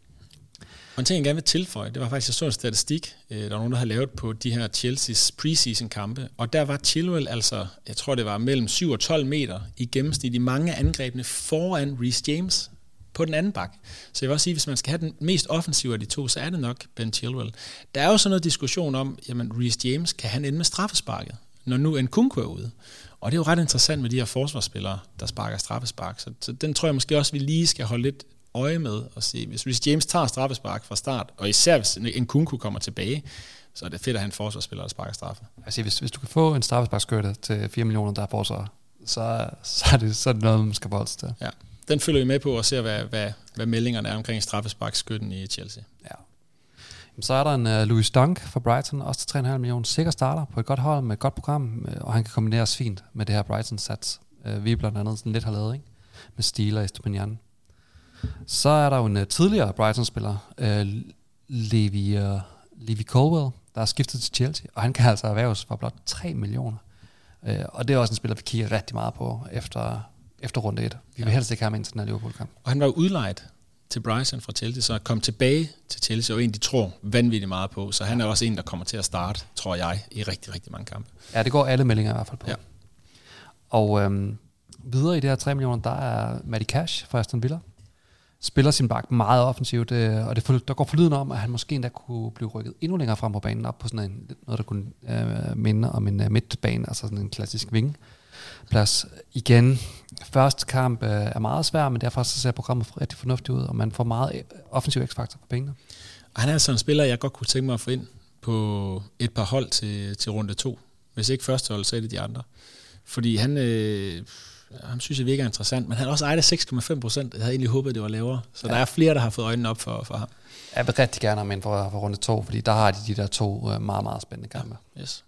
Og en ting, jeg gerne vil tilføje, det var faktisk, jeg så en statistik, der var nogen, der har lavet på de her Chelseas preseason kampe, og der var Chilwell altså, jeg tror det var mellem syv og tolv meter i gennemsnit i mange af angrebene foran Reece James. på den anden bak. Så jeg vil også sige, hvis man skal have den mest offensive af de to, så er det nok Ben Chilwell. Der er jo sådan noget diskussion om, jamen Reece James, kan han ende med straffesparket, når nu Nkunku er ude? Og det er jo ret interessant med de her forsvarsspillere, der sparker straffespark. Så, så den tror jeg måske også, vi lige skal holde lidt øje med og se, hvis Reece James tager straffespark fra start, og især hvis Nkunku kommer tilbage, så er det fedt at have en forsvarsspiller, der sparker straffe. Altså, hvis, hvis du kan få en straffesparkskytte til fire millioner, der er forsvar, så, så, er det, så er det noget, man skal forholde sig til. Ja, den følger vi med på og ser, hvad, hvad, hvad meldingerne er omkring straffesparkskytten i Chelsea. Ja. Så er der en uh, Louis Dunk fra Brighton, også til tre komma fem millioner, sikker starter på et godt hold med et godt program, og han kan kombineres fint med det her Brighton-sats. Uh, vi blandt andet sådan lidt har lavet, ikke? Med Steele og Estupinian. Så er der jo en uh, tidligere Brighton-spiller, uh, Levi, uh, Levi Colwill, der er skiftet til Chelsea, og han kan altså erhverves for blot tre millioner. Uh, og det er også en spiller, vi kigger rigtig meget på efter, efter runde et. Vi vil ja. helst ikke have ham ind til den her Liverpool-kamp. Og han var jo udlejet til Brighton fra Chelsea, så kom tilbage til Chelsea, og en, de tror vanvittigt meget på. Så han er også en, der kommer til at starte, tror jeg, i rigtig, rigtig mange kampe. Ja, det går alle meldinger i hvert fald på. Ja. Og øhm, videre i det her tre millioner, der er Matty Cash fra Aston Villa. Spiller sin bak meget offensivt, øh, og det, der går forlyden om, at han måske endda kunne blive rykket endnu længere frem på banen, op på sådan en, noget, der kunne øh, minde om en uh, midtbane, altså sådan en klassisk vingeplads. Igen, første kamp øh, er meget svær, men derfor så ser programmet rigtig fornuftigt ud, og man får meget offensiv x-faktor på pengene. Og han er sådan en spiller, jeg godt kunne tænke mig at få ind på et par hold til, til runde to. Hvis ikke første hold, så er det de andre. Fordi han... Øh, Han synes, jeg virker interessant, men han har også ejet seks komma fem procent. Jeg havde egentlig håbet, det var lavere. Så ja. Der er flere, der har fået øjnene op for, for ham. Jeg vil rigtig gerne have ind for, for runde to, fordi der har de de der to meget, meget spændende kampe. Ja. Yes.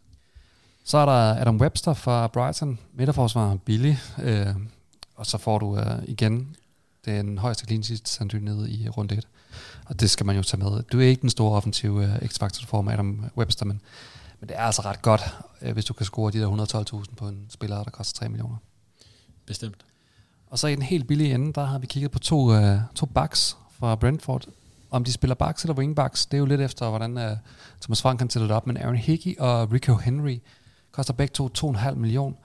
Så er der Adam Webster fra Brighton. Midterforsvarer billig. Øh, og så får du øh, igen den højeste clean sheet sandsynlighed i runde et. Og det skal man jo tage med. Du er ikke den store offensive øh, x-faktor, du får med Adam Webster, men, men det er altså ret godt, øh, hvis du kan score de der et hundrede og tolv tusind på en spiller, der koster tre millioner. Bestemt. Og så i den helt billige ende, der har vi kigget på to, uh, to backs fra Brentford. Om de spiller backs eller wingbacks, det er jo lidt efter, hvordan uh, Thomas Frank kan sætte det op. Men Aaron Hickey og Rico Henry koster begge to to komma fem millioner.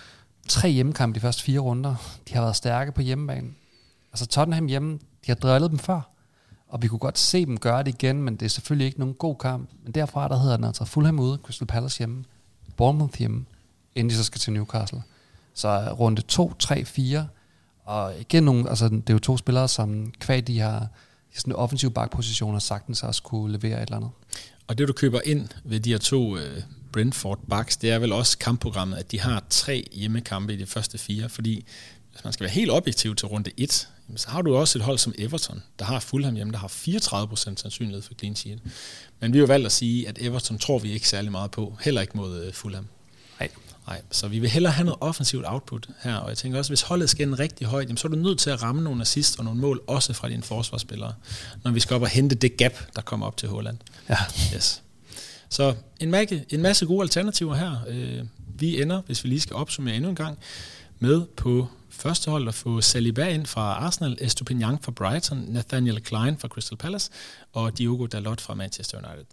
Tre hjemmekampe de første fire runder. De har været stærke på hjemmebane. Altså Tottenham hjemme, de har drillet dem før. Og vi kunne godt se dem gøre det igen, men det er selvfølgelig ikke nogen god kamp. Men derfra, der hedder den altså Fulham ude, Crystal Palace hjemme, Bournemouth hjemme, inden de så skal til Newcastle. Så runde to, tre, fire, og igen nogle, altså det er jo to spillere, som kvad de har sådan offensive bakpositioner sagtens også kunne levere et eller andet. Og det du køber ind ved de her to uh, Brentford backs, det er vel også kampprogrammet, at de har tre hjemmekampe i de første fire, fordi hvis man skal være helt objektiv til runde et, så har du også et hold som Everton, der har Fulham hjemme, der har fireogtredive procent sandsynlighed for clean sheet. Men vi har jo valgt at sige, at Everton tror vi ikke særlig meget på, heller ikke mod uh, Fulham. Nej. Nej, så vi vil hellere have noget offensivt output her, og jeg tænker også, hvis holdet skal ende rigtig højt, jamen, så er du nødt til at ramme nogle assist og nogle mål, også fra dine forsvarsspillere, når vi skal op og hente det gap, der kommer op til Haaland. Ja. Yes. Så en, masse, en masse gode alternativer her. Vi ender, hvis vi lige skal opsummere endnu en gang, med på første hold at få Saliba ind fra Arsenal, Estupinian fra Brighton, Nathaniel Klein fra Crystal Palace og Diogo Dalot fra Manchester United.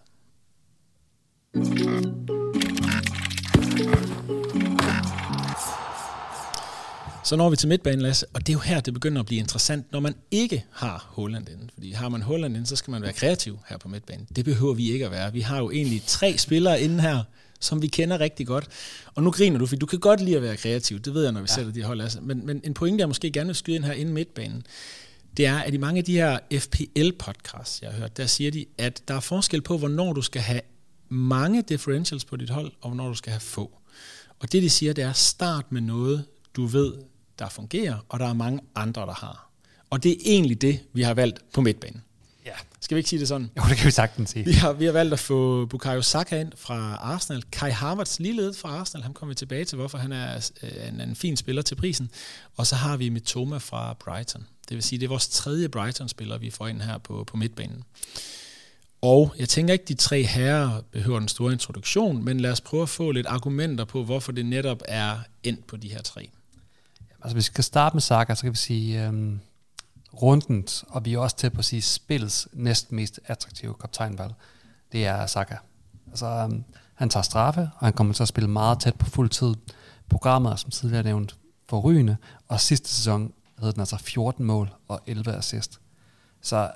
Så når vi til midtbanen, Lasse, og det er jo her, det begynder at blive interessant, når man ikke har Haaland inde. Fordi har man Haaland inde, så skal man være kreativ her på midtbanen. Det behøver vi ikke at være. Vi har jo egentlig tre spillere inde her, som vi kender rigtig godt. Og nu griner du, fordi du kan godt lide at være kreativ. Det ved jeg, når vi ja. sætter de hold, Lasse. Men, men en pointe, jeg måske gerne vil skyde ind her inde midtbanen, det er, at i mange af de her F P L-podcasts, jeg har hørt, der siger de, at der er forskel på, hvornår du skal have mange differentials på dit hold, og hvornår du skal have få. Og det, de siger, det er start med noget, du ved, der fungerer, og der er mange andre, der har. Og det er egentlig det, vi har valgt på midtbanen. Ja. Skal vi ikke sige det sådan? Jo, det kan vi sagtens sige. Vi har, vi har valgt at få Bukayo Saka ind fra Arsenal. Kai Havertz ligeledes fra Arsenal. Han kommer vi tilbage til, hvorfor han er en, en fin spiller til prisen. Og så har vi Mitoma fra Brighton. Det vil sige, det er vores tredje Brighton-spiller, vi får ind her på, på midtbanen. Og jeg tænker ikke, de tre herrer behøver en stor introduktion, men lad os prøve at få lidt argumenter på, hvorfor det netop er endt på de her tre. Altså, hvis vi skal starte med Saka, så kan vi sige øhm, rundens, og vi er også til på at sige spillets næst mest attraktive kaptajnvalg, det er Saka. Altså, øhm, han tager straffe, og han kommer til at spille meget tæt på fuld tid. Programmet er, som tidligere nævnt, forrygende, og sidste sæson havde den altså fjorten mål og elleve assist. Så,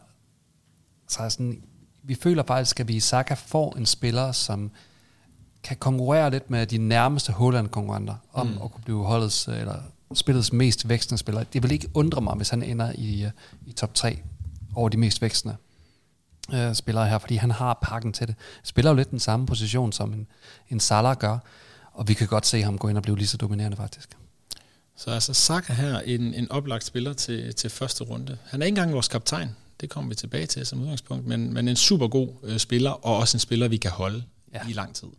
så sådan, vi føler faktisk, at vi i Saka får en spiller, som kan konkurrere lidt med de nærmeste Haaland-konkurrenter om mm. at kunne blive holdets, eller spillets mest vækstende spiller. Det vil ikke undre mig, hvis han ender i, i top tre over de mest vækstende øh, spillere her, fordi han har pakken til det. Spiller jo lidt den samme position, som en, en Salah gør, og vi kan godt se ham gå ind og blive lige så dominerende faktisk. Så altså Saka her, en, en oplagt spiller til, til første runde. Han er ikke engang vores kaptajn, det kommer vi tilbage til som udgangspunkt, men, men en super god øh, spiller, og også en spiller, vi kan holde ja. i lang tid.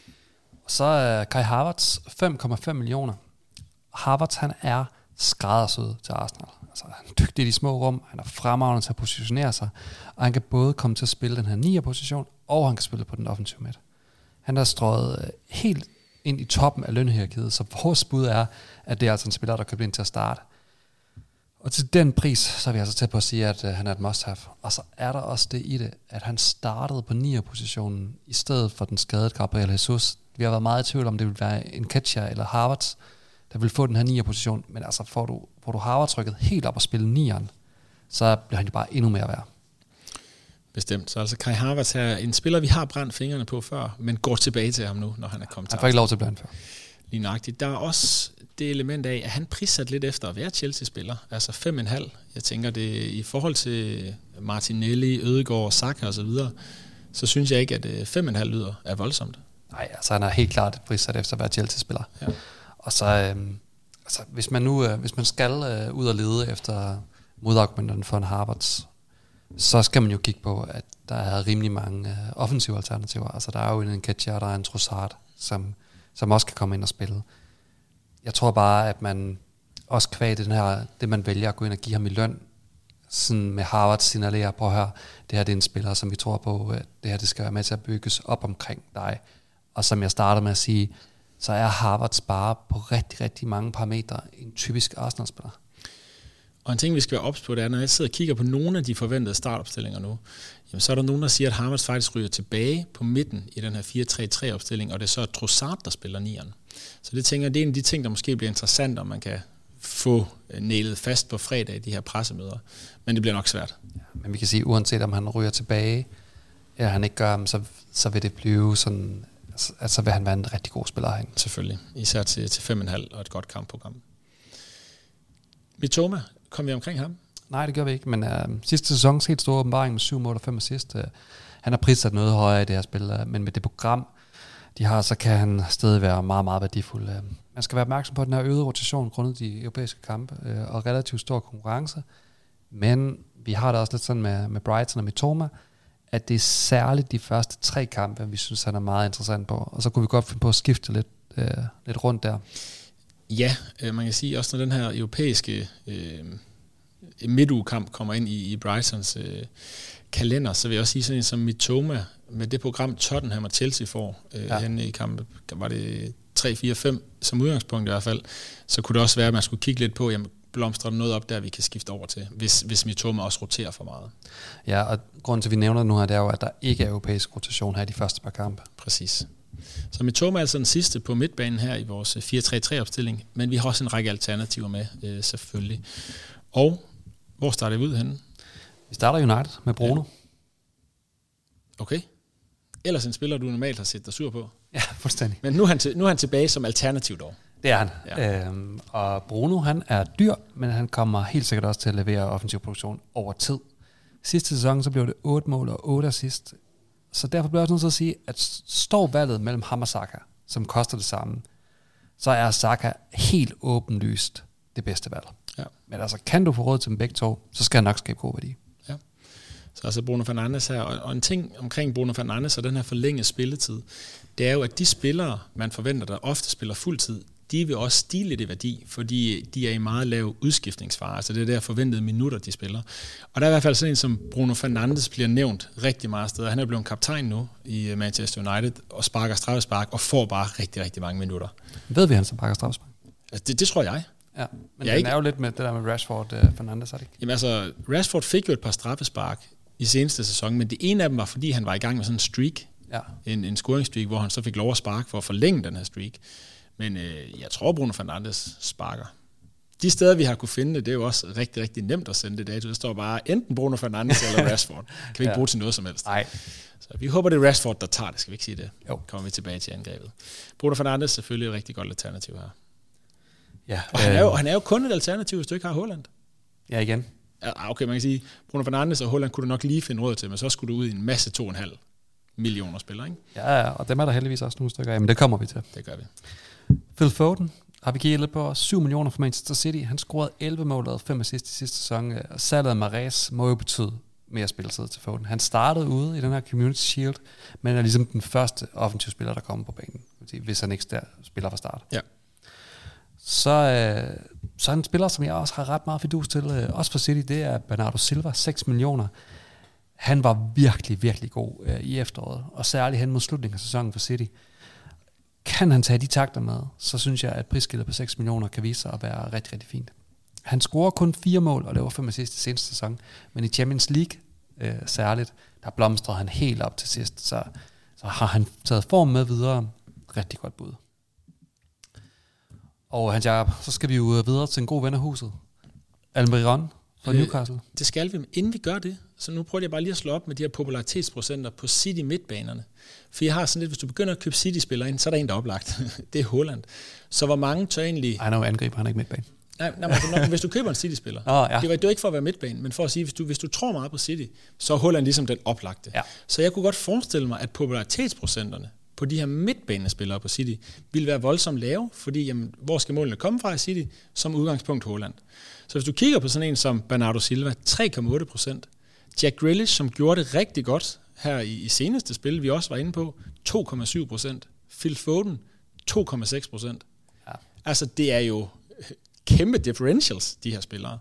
Og så er Kai Havertz fem komma fem millioner. Havertz, han er skræddersyet til Arsenal. Altså, han er dygtig i de små rum, han er fremragende til at positionere sig, og han kan både komme til at spille den her nier position, og han kan spille på den offensive midt. Han er strøget helt ind i toppen af lønhierarkiet, så vores bud er, at det er altså en spiller, der kan blive ind til at starte. Og til den pris, så er vi altså tæt på at sige, at uh, han er et must-have. Og så er der også det i det, at han startede på nier-positionen, i stedet for den skadede Gabriel Jesus. Vi har været meget i tvivl om, det ville være en Ketcher eller Havertz, der vil få den her nier-position. Men altså, får du, får du Havertz rykket helt op og spille nieren, så bliver han jo bare endnu mere værd. Bestemt. Så altså Kai Havertz er en spiller, vi har brændt fingrene på før, men går tilbage til ham nu, når han er kommet til. Han får ikke lov til at blive før. Lige nøjagtigt. Der er også det element af, at han prissat lidt efter at være Chelsea-spiller. Altså fem komma fem. Jeg tænker, det i forhold til Martinelli, Ødegaard, og Saka og så videre, så synes jeg ikke, at fem komma fem lyder er voldsomt. Nej, altså han er helt klart prissat efter at være Chelsea-spiller. Ja. Og så, øhm, altså, hvis man nu øh, hvis man skal øh, ud og lede efter modargumenterne for en Havertz, så skal man jo kigge på, at der er rimelig mange øh, offensive alternativer. Altså der er jo en Ketcher, der er en Trossard, som, som også kan komme ind og spille. Jeg tror bare, at man også kvad den her, det man vælger at gå ind og give ham i løn, sådan med Havertz signalerer på her, det her det er en spiller, som vi tror på, at det her det skal være med til at bygges op omkring dig. Og som jeg starter med at sige, så er Havertz bare på rigtig, rigtig mange parametre en typisk Arsenal-spiller. Og en ting, vi skal være ops på, det er, når jeg sidder og kigger på nogle af de forventede startopstillinger nu, jamen, så er der nogen, der siger, at Havertz faktisk ryger tilbage på midten i den her fire tre tre opstilling, og det er så Trossard, der spiller nieren. Så det tænker jeg, det er en af de ting, der måske bliver interessant, om man kan få nælet fast på fredag i de her pressemøder. Men det bliver nok svært. Ja, men vi kan sige, uanset om han ryger tilbage, eller han ikke gør, så, så vil det blive sådan, altså, altså vil han være en rigtig god spiller herinde. Selvfølgelig, især til, til fem komma fem og et godt kampprogram. Mitoma, kom vi omkring ham? Nej, det gør vi ikke, men uh, sidste sæsons helt store åbenbaring med syv mål og fem assist. Uh, han har prissat noget højere i det her spil, uh, men med det program, de har, så kan han stadig være meget, meget værdifuld. Uh, man skal være opmærksom på, at den her øgede rotation grundet de europæiske kampe uh, og relativt stor konkurrence, men vi har det også lidt sådan med, med Brighton og Mitoma, at det er særligt de første tre kampe, vi synes, han er meget interessant på, og så kunne vi godt finde på at skifte lidt, uh, lidt rundt der. Ja, øh, man kan sige, også når den her europæiske øh, midtugekamp kommer ind i, i Brightons øh, kalender, så vil jeg også sige sådan en som Mitoma, med det program Tottenham og Chelsea får øh, ja. henne i kampen, var det tre fire fem som udgangspunkt i hvert fald, så kunne det også være, at man skulle kigge lidt på, jamen blomstrer der noget op der, vi kan skifte over til, hvis, hvis Mitoma også roterer for meget. Ja, og grunden til, at vi nævner det nu her, det er jo, at der ikke er europæisk rotation her i de første par kampe. Præcis. Så Mitoma er altså den sidste på midtbanen her i vores fire tre tre opstilling, men vi har også en række alternativer med, øh, selvfølgelig. Og hvor starter vi ud henne? Vi starter United med Bruno. Ja. Okay. Ellers en spiller, du normalt har set dig sur på. Ja, fuldstændig. Men nu er han, til, nu er han tilbage som alternativ dog. Det er han. Ja. Øhm, og Bruno, han er dyr, men han kommer helt sikkert også til at levere offensiv produktion over tid. Sidste sæson, så blev det otte mål og otte assist. Så derfor bliver jeg også nødt til at sige, at står valget mellem ham og Saka, som koster det samme, så er Saka helt åbenlyst det bedste valg. Ja. Men altså, kan du få råd til dem begge to, så skal han nok skabe god værdi. Ja. Så altså Bruno Fernandes her, og en ting omkring Bruno Fernandes og den her forlængede spilletid, det er jo, at de spillere, man forventer, der ofte spiller fuldtid, de vil også stige lidt i værdi, fordi de er i meget lav udskiftningsfare, altså det er der forventede minutter, de spiller. Og der er i hvert fald sådan en som Bruno Fernandes bliver nævnt rigtig meget steder. Han er blevet kaptajn nu i Manchester United og sparker straffespark og får bare rigtig, rigtig mange minutter. Ved vi, han sparker straffespark? Altså, det, det tror jeg. Ja, men det er jo lidt med det der med Rashford uh, Fernandes, er det ikke? Jamen altså, Rashford fik jo et par straffespark i seneste sæson, men det ene af dem var, fordi han var i gang med sådan en streak, ja. en, en scoringstreak, hvor han så fik lov at sparke for at forlænge den her streak. Men øh, jeg tror, Bruno Fernandes sparker. de steder, vi har kunne finde det, det er jo også rigtig, rigtig nemt at sende det dato. Der står bare enten Bruno Fernandes eller Rashford. Kan vi ikke ja. bruge til noget som helst. Nej. Så vi håber, det er Rashford, der tager det. Skal vi ikke sige det? Jo. Kommer vi tilbage til angrebet. Bruno Fernandes selvfølgelig et rigtig godt alternativ her. Ja. Og han er, jo, han er jo kun et alternativ, hvis du ikke har Haaland. Ja, igen. Ja, okay, man kan sige, Bruno Fernandes og Haaland kunne du nok lige finde råd til, men så skulle du ud i en masse to komma fem millioner spillere, ikke? Ja, og dem er der heldigvis også nogle stykker af, men det kommer vi til. Det gør vi. Phil Foden har vi kigget lidt på, syv millioner for Manchester City. Han scorede elleve mål og fem assist i sidste sæson, og salget af Mahrez må jo betyde mere spilletid til Foden. Han startede ude i den her Community Shield, men er ligesom den første offensive spiller, der kommer på banen, hvis han ikke spiller fra start. Ja. Så, øh, så en spiller, som jeg også har ret meget fidus til, øh, også for City, det er Bernardo Silva, seks millioner. Han var virkelig, virkelig god øh, i efteråret, og særligt hen mod slutningen af sæsonen for City. Kan han tage de takter med, så synes jeg, at prisskillet på seks millioner kan vise sig at være rigtig, rigtig fint. Han scorer kun fire mål, og det var fem assist i seneste sæson, men i Champions League øh, særligt, der blomstrede han helt op til sidst, så, så har han taget form med videre. Rigtig godt bud. Og Hans Jakob, så skal vi jo videre til en god ven af huset. Almiron fra øh, Newcastle. Det skal vi, men inden vi gør det, så nu prøver jeg bare lige at slå op med de her popularitetsprocenter på City midtbanerne. For jeg har sådan lidt, hvis du begynder at købe City-spillere ind, så er der en, der er oplagt. Det er Haaland. Så hvor mange tør egentlig... Ej, nu angriber han ikke midtbane. Nej, nej men hvis du køber en City-spiller, oh, ja. det var det ikke for at være midtbane, men for at sige, hvis du, hvis du tror meget på City, så er Haaland ligesom den oplagte. Ja. Så jeg kunne godt forestille mig, at popularitetsprocenterne på de her midtbanespillere på City ville være voldsomt lave, fordi jamen, hvor skal målene komme fra i City? Som udgangspunkt Haaland. Så hvis du kigger på sådan en som Bernardo Silva, tre komma otte procent. Jack Grealish, som gjorde det rigtig godt her i, i seneste spil, vi også var inde på, to komma syv procent. Phil Foden, to komma seks procent. Ja. Altså, det er jo kæmpe differentials, de her spillere,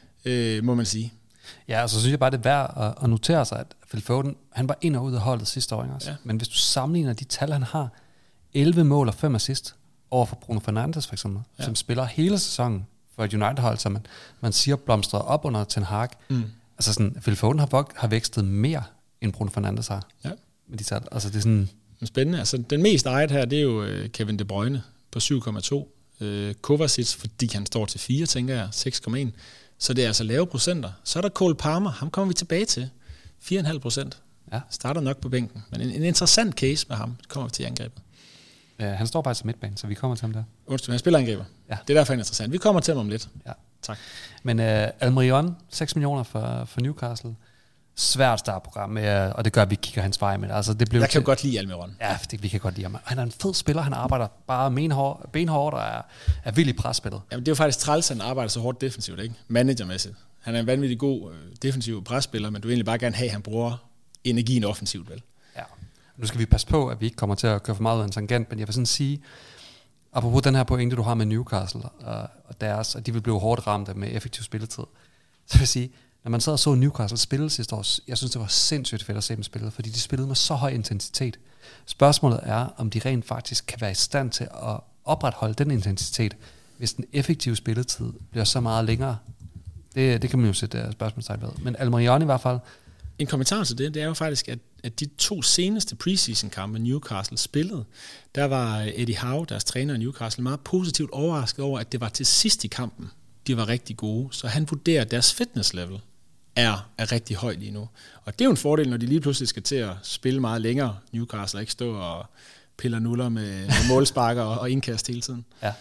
øh, må man sige. Ja, og så synes jeg bare, det er værd at, at notere sig, at Phil Foden, han var ind og ud af holdet sidste år, også. Ja. Men hvis du sammenligner de tal, han har, elleve mål og fem assist, over for Bruno Fernandes for eksempel, ja. Som spiller hele sæsonen for et United-hold, som man, man siger blomstret op under Ten Hag. Mm. Altså sådan, Phil Foden har, har vækstet mere, end Bruno Fernandes har. Ja. Med de tal. Altså det er sådan... Spændende. Altså den mest ejet her, det er jo Kevin De Bruyne på syv komma to. Uh, Kovacic, fordi han står til fire, tænker jeg, seks komma en. Så det er altså lave procenter. Så er der Cole Palmer, ham kommer vi tilbage til. fire komma fem procent. Ja. Starter nok på bænken. Men en, en interessant case med ham, kommer vi til angrebet. Uh, han står bare til midtbanen, så vi kommer til ham der. Undskyld, han spiller angriber. Ja. Det er derfor interessant. Vi kommer til ham om lidt. Ja. Tak. Men uh, Almiron, seks millioner for, for Newcastle. Svært startprogram, uh, og det gør, at vi kigger hans vej med. Altså, det blev jeg kan til, jo godt lide Almiron. Ja, det, vi kan godt lide ham. Han er en fed spiller, han arbejder bare benhårdt, benhårdt og er, er vild i presspillet. Jamen, det er jo faktisk træls, at han arbejder så hårdt defensivt, ikke? Managermæssigt. Han er en vanvittig god øh, defensiv presspiller, men du vil egentlig bare gerne have, at han bruger energien offensivt, vel? Ja. Nu skal vi passe på, at vi ikke kommer til at køre for meget ud af en tangent, men jeg vil sådan sige, apropos den her pointe, du har med Newcastle og, og deres, og de vil blive hårdt ramt med effektiv spilletid, så vil jeg sige, når man sad og så Newcastle spille sidste år, jeg synes, det var sindssygt fedt at se dem spille, fordi de spillede med så høj intensitet. Spørgsmålet er, om de rent faktisk kan være i stand til at opretholde den intensitet, hvis den effektive spilletid bliver så meget længere. Det, det kan man jo sætte uh, spørgsmålstegn ved. Men Almiron i hvert fald. En kommentar til det, det er jo faktisk, at, at de to seneste preseason-kampe Newcastle spillede, der var Eddie Howe, deres træner i Newcastle, meget positivt overrasket over, at det var til sidst i kampen, de var rigtig gode. Så han vurderer, at deres fitness-level er, er rigtig højt lige nu. Og det er jo en fordel, når de lige pludselig skal til at spille meget længere Newcastle, og ikke stå og piller nuller med, med målsparker og, og indkast hele tiden. Ja.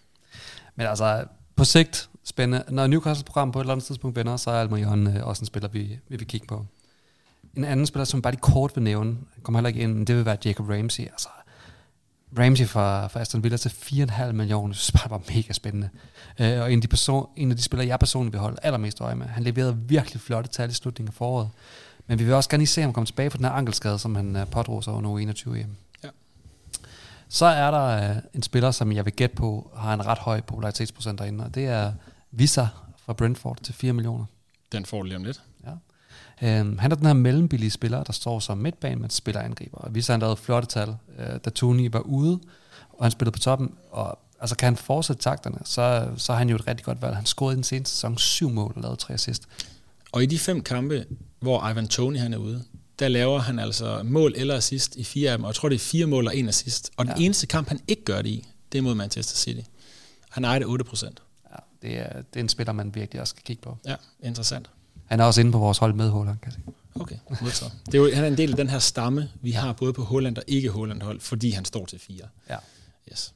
Men altså, på sigt spændende. Når Newcastle-program på et eller andet tidspunkt vender, så er Almiron øh, også en spiller, vi, vi vil kigge på. En anden spiller, som bare lige kort vil nævne, kommer heller ikke ind, men det vil være Jacob Ramsey. Altså, Ramsey fra, fra Aston Villa til fire komma fem millioner, det synes bare var mega spændende. Øh, og en af, de person, en af de spillere, jeg personligt vil holde allermest øje med. Han leverede virkelig flotte tal i slutningen af foråret. Men vi vil også gerne lige se ham komme tilbage fra den her ankelskade, som han uh, pådrog sig under U enogtyve hjemme. Ja. Så er der uh, en spiller, som jeg vil gætte på, har en ret høj popularitetsprocent derinde, og det er Visa fra Brentford til fire millioner. Den får du lige om lidt. Ja. Um, han er den her mellembillige spiller, der står som midtbane, men spiller angriber. Og Visa han lavede flotte tal, uh, da Tony var ude, og han spillede på toppen, og altså kan han fortsætte takterne, så, så har han jo et rigtig godt valg. Han scorede i den seneste sæson syv mål og lavede tre assist. Og i de fem kampe, hvor Ivan Toney han er ude, der laver han altså mål eller assist i fire af dem, og jeg tror det er fire mål og en assist. Og den ja. eneste kamp, han ikke gør det i, det er mod Manchester City. Han ejer det otte procent. Ja, Det er, det er en spiller, man virkelig også skal kigge på. Ja, interessant. Han er også inde på vores hold med Haaland, kan jeg sige. Okay, modtaget. Det er jo, han er en del af den her stamme, vi har både på Haaland og ikke Haaland hold, fordi han står til fire. Ja. Yes.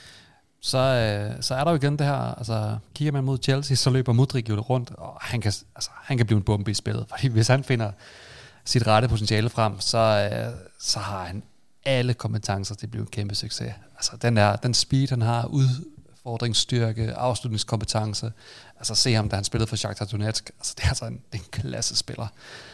Så, øh, så er der jo igen det her, altså kigger man mod Chelsea, så løber Mudryk jo rundt, og han kan, altså, han kan blive en bombe i spillet, fordi hvis han finder sit rette potentiale frem, så, øh, så har han alle kompetencer til at blive en kæmpe succes. Altså den der, den speed, han har, udfordringsstyrke, afslutningskompetence, altså se ham, da han spillede for Shakhtar Donetsk, altså det er altså en, det er en klasse spiller.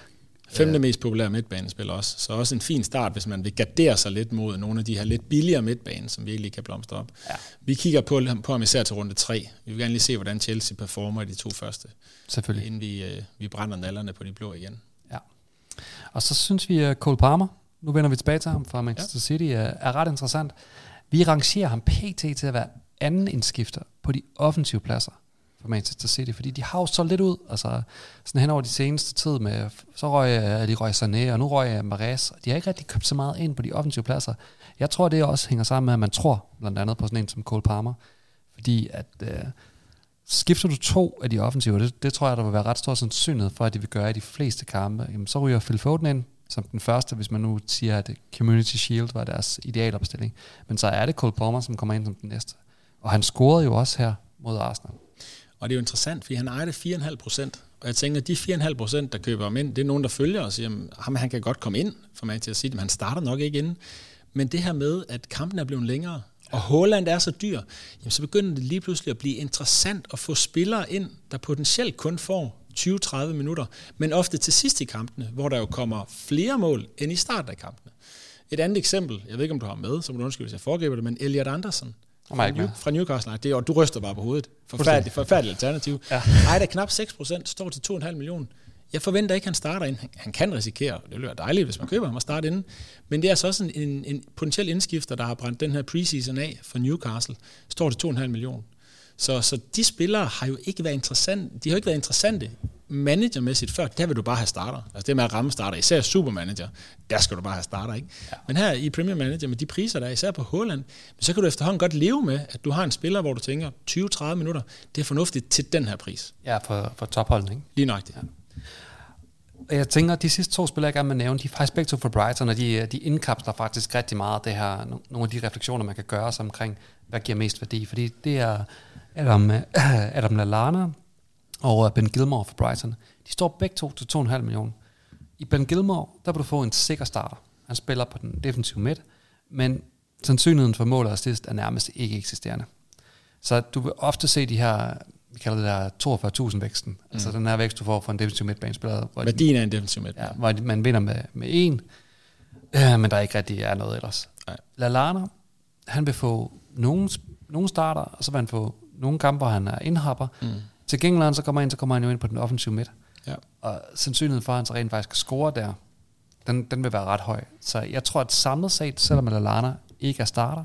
Femte mest populære midtbanespiller også, så også en fin start, hvis man vil gardere sig lidt mod nogle af de her lidt billigere midtbaner, som virkelig kan blomstre op. Ja. Vi kigger på, på ham især til runde tre. Vi vil gerne lige se, hvordan Chelsea performer i de to første. Selvfølgelig. Inden vi, øh, vi brænder nallerne på de blå igen. Ja. Og så synes vi, at Cole Palmer, nu vender vi tilbage til ham fra Manchester City, er, er ret interessant. Vi rangerer ham pt. Til at være anden indskifter på de offensive pladser for Manchester City, fordi de har jo så lidt ud, altså sådan hen over de seneste tid med, så røg de røg Sané, og nu røg Mahrez, de har ikke rigtig købt så meget ind på de offensive pladser. Jeg tror, det også hænger sammen med, at man tror blandt andet på sådan en som Cole Palmer, fordi at øh, skifter du to af de offensive, det, det tror jeg, der vil være ret stor sandsynlighed for, at de vil gøre i de fleste kampe, jamen, så ryger Phil Foden ind som den første, hvis man nu siger, at Community Shield var deres idealopstilling, men så er det Cole Palmer, som kommer ind som den næste. Og han scorede jo også her mod Arsenal. Og det er jo interessant, fordi han ejer det fire komma fem procent. Og jeg tænker, at de fire komma fem procent, der køber ham ind, det er nogen, der følger og siger, at han kan godt komme ind, for mig til at sige det, men han starter nok ikke inden. Men det her med, at kampen er blevet længere, og Haaland er så dyr, jamen så begynder det lige pludselig at blive interessant at få spillere ind, der potentielt kun får tyve til tredive minutter, men ofte til sidst i kampene, hvor der jo kommer flere mål end i starten af kampene. Et andet eksempel, jeg ved ikke, om du har med, så må du undskylde, hvis jeg foregriber det, men Elliot Anderson, Fra, New, fra Newcastle, det er, og du ryster bare på hovedet. Forfærdeligt, forfærdeligt alternativ. Ja. Ej, der er knap seks procent, står til to komma fem millioner. Jeg forventer ikke, at han starter ind. Han kan risikere, det vil være dejligt, hvis man køber ham og starter inden. Men det er altså også en, en, en potentiel indskifter, der har brændt den her preseason af for Newcastle, står til to komma fem millioner. Så, så de spillere har jo ikke været interessante, de har ikke været interessante managermæssigt før. Der vil du bare have starter. Altså det med at ramme starter, især supermanager, der skal du bare have starter, ikke? Ja. Men her i Premier Manager, med de priser, der er især på Haaland, så kan du efterhånden godt leve med, at du har en spiller, hvor du tænker tyve til tredive minutter, det er fornuftigt til den her pris. Ja, for, for topholden, ikke? Lige nøjagtigt. Ja. Jeg tænker, at de sidste to spillere, jeg gerne vil nævne, de er faktisk begge to for Brighton, og de, de indkapsler faktisk rigtig meget det her, nogle af de refleksioner, man kan gøre sig omkring, hvad giver mest værdi. Fordi det er Adam, Adam Lallana og Ben Gilmore for Brighton. De står begge to til to komma fem millioner. I Ben Gilmore, der vil du få en sikker starter. Han spiller på den defensive midt, men sandsynligheden for mål og assist er nærmest ikke eksisterende. Så du vil ofte se de her, vi kalder det der toogfyrre tusind væksten, mm. altså den her vækst, du får fra en defensiv midtbanespiller. Værdien af en defensiv midtbane. Ja, hvor man vinder med, med en, øh, men der ikke rigtig er noget ellers. Nej. Lallana, han vil få nogle, nogle starter, og så vil han få nogle kampe, hvor han er indhopper. Mm. Til gengæld, så kommer han ind, så kommer han jo ind på den offensive midt. Ja. Og sandsynligheden for, at han så rent faktisk skal score der, den, den vil være ret høj. Så jeg tror, at samlet set, selvom Lallana ikke er starter,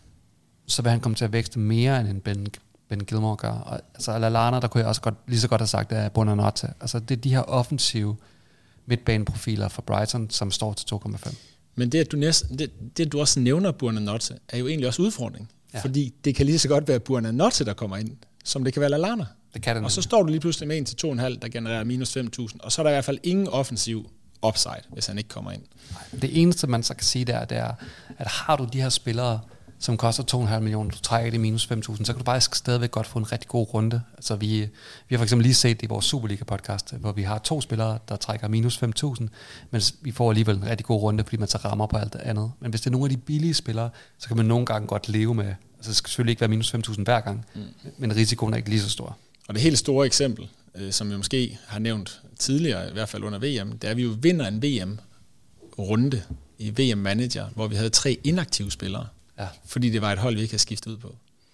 så vil han komme til at vækste mere, end Ben, Ben Gilmore gør. Og altså Lallana, der kunne jeg også godt, lige så godt have sagt, er Buonanotte. Altså det er de her offensive midtbaneprofiler for Brighton, som står til to komma fem. Men det, at du, næsten, det, det, du også nævner Buonanotte, er jo egentlig også udfordring. Ja. Fordi det kan lige så godt være Buonanotte, der kommer ind, som det kan være Lallana. Det kan det. Og så står du lige pludselig med en til to komma fem, der genererer minus fem tusind, og så er der i hvert fald ingen offensiv upside, hvis han ikke kommer ind. Det eneste, man så kan sige der, det er, at har du de her spillere, som koster to komma fem millioner, du trækker det minus fem tusind, så kan du faktisk stadigvæk godt få en rigtig god runde. Altså vi, vi har for eksempel lige set det i vores Superliga-podcast, hvor vi har to spillere, der trækker minus fem tusind, men vi får alligevel en rigtig god runde, fordi man så rammer på alt det andet. Men hvis det er nogle af de billige spillere, så kan man nogle gange godt leve med, altså det skal selvfølgelig ikke være minus fem tusind hver gang, mm. men risikoen er ikke lige så stor. Og det helt store eksempel, øh, som vi måske har nævnt tidligere, i hvert fald under V M, det er, at vi jo vinder en V M-runde i V M-manager, hvor vi havde tre inaktive spillere. Ja. Fordi det var et hold, vi ikke havde skiftet ud på.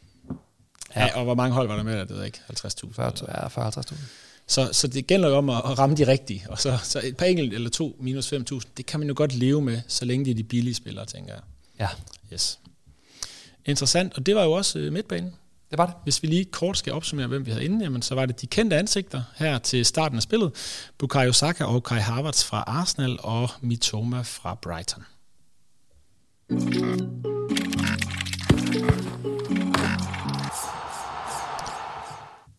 Ja. Ja, og hvor mange hold var der med, det ved jeg ikke, halvtreds tusind? Ja, fyrre til halvtreds tusind. Så, så det gælder jo om at, at ramme de rigtige, og så, så et par enkelt eller to minus fem tusind, det kan man jo godt leve med, så længe det er de billige spillere, tænker jeg. Ja. Yes. Interessant, og det var jo også uh, midtbanen. Det var det. Hvis vi lige kort skal opsummere, hvem vi havde inde, jamen, så var det de kendte ansigter her til starten af spillet. Bukayo Saka og Kai Havertz fra Arsenal og Mitoma fra Brighton.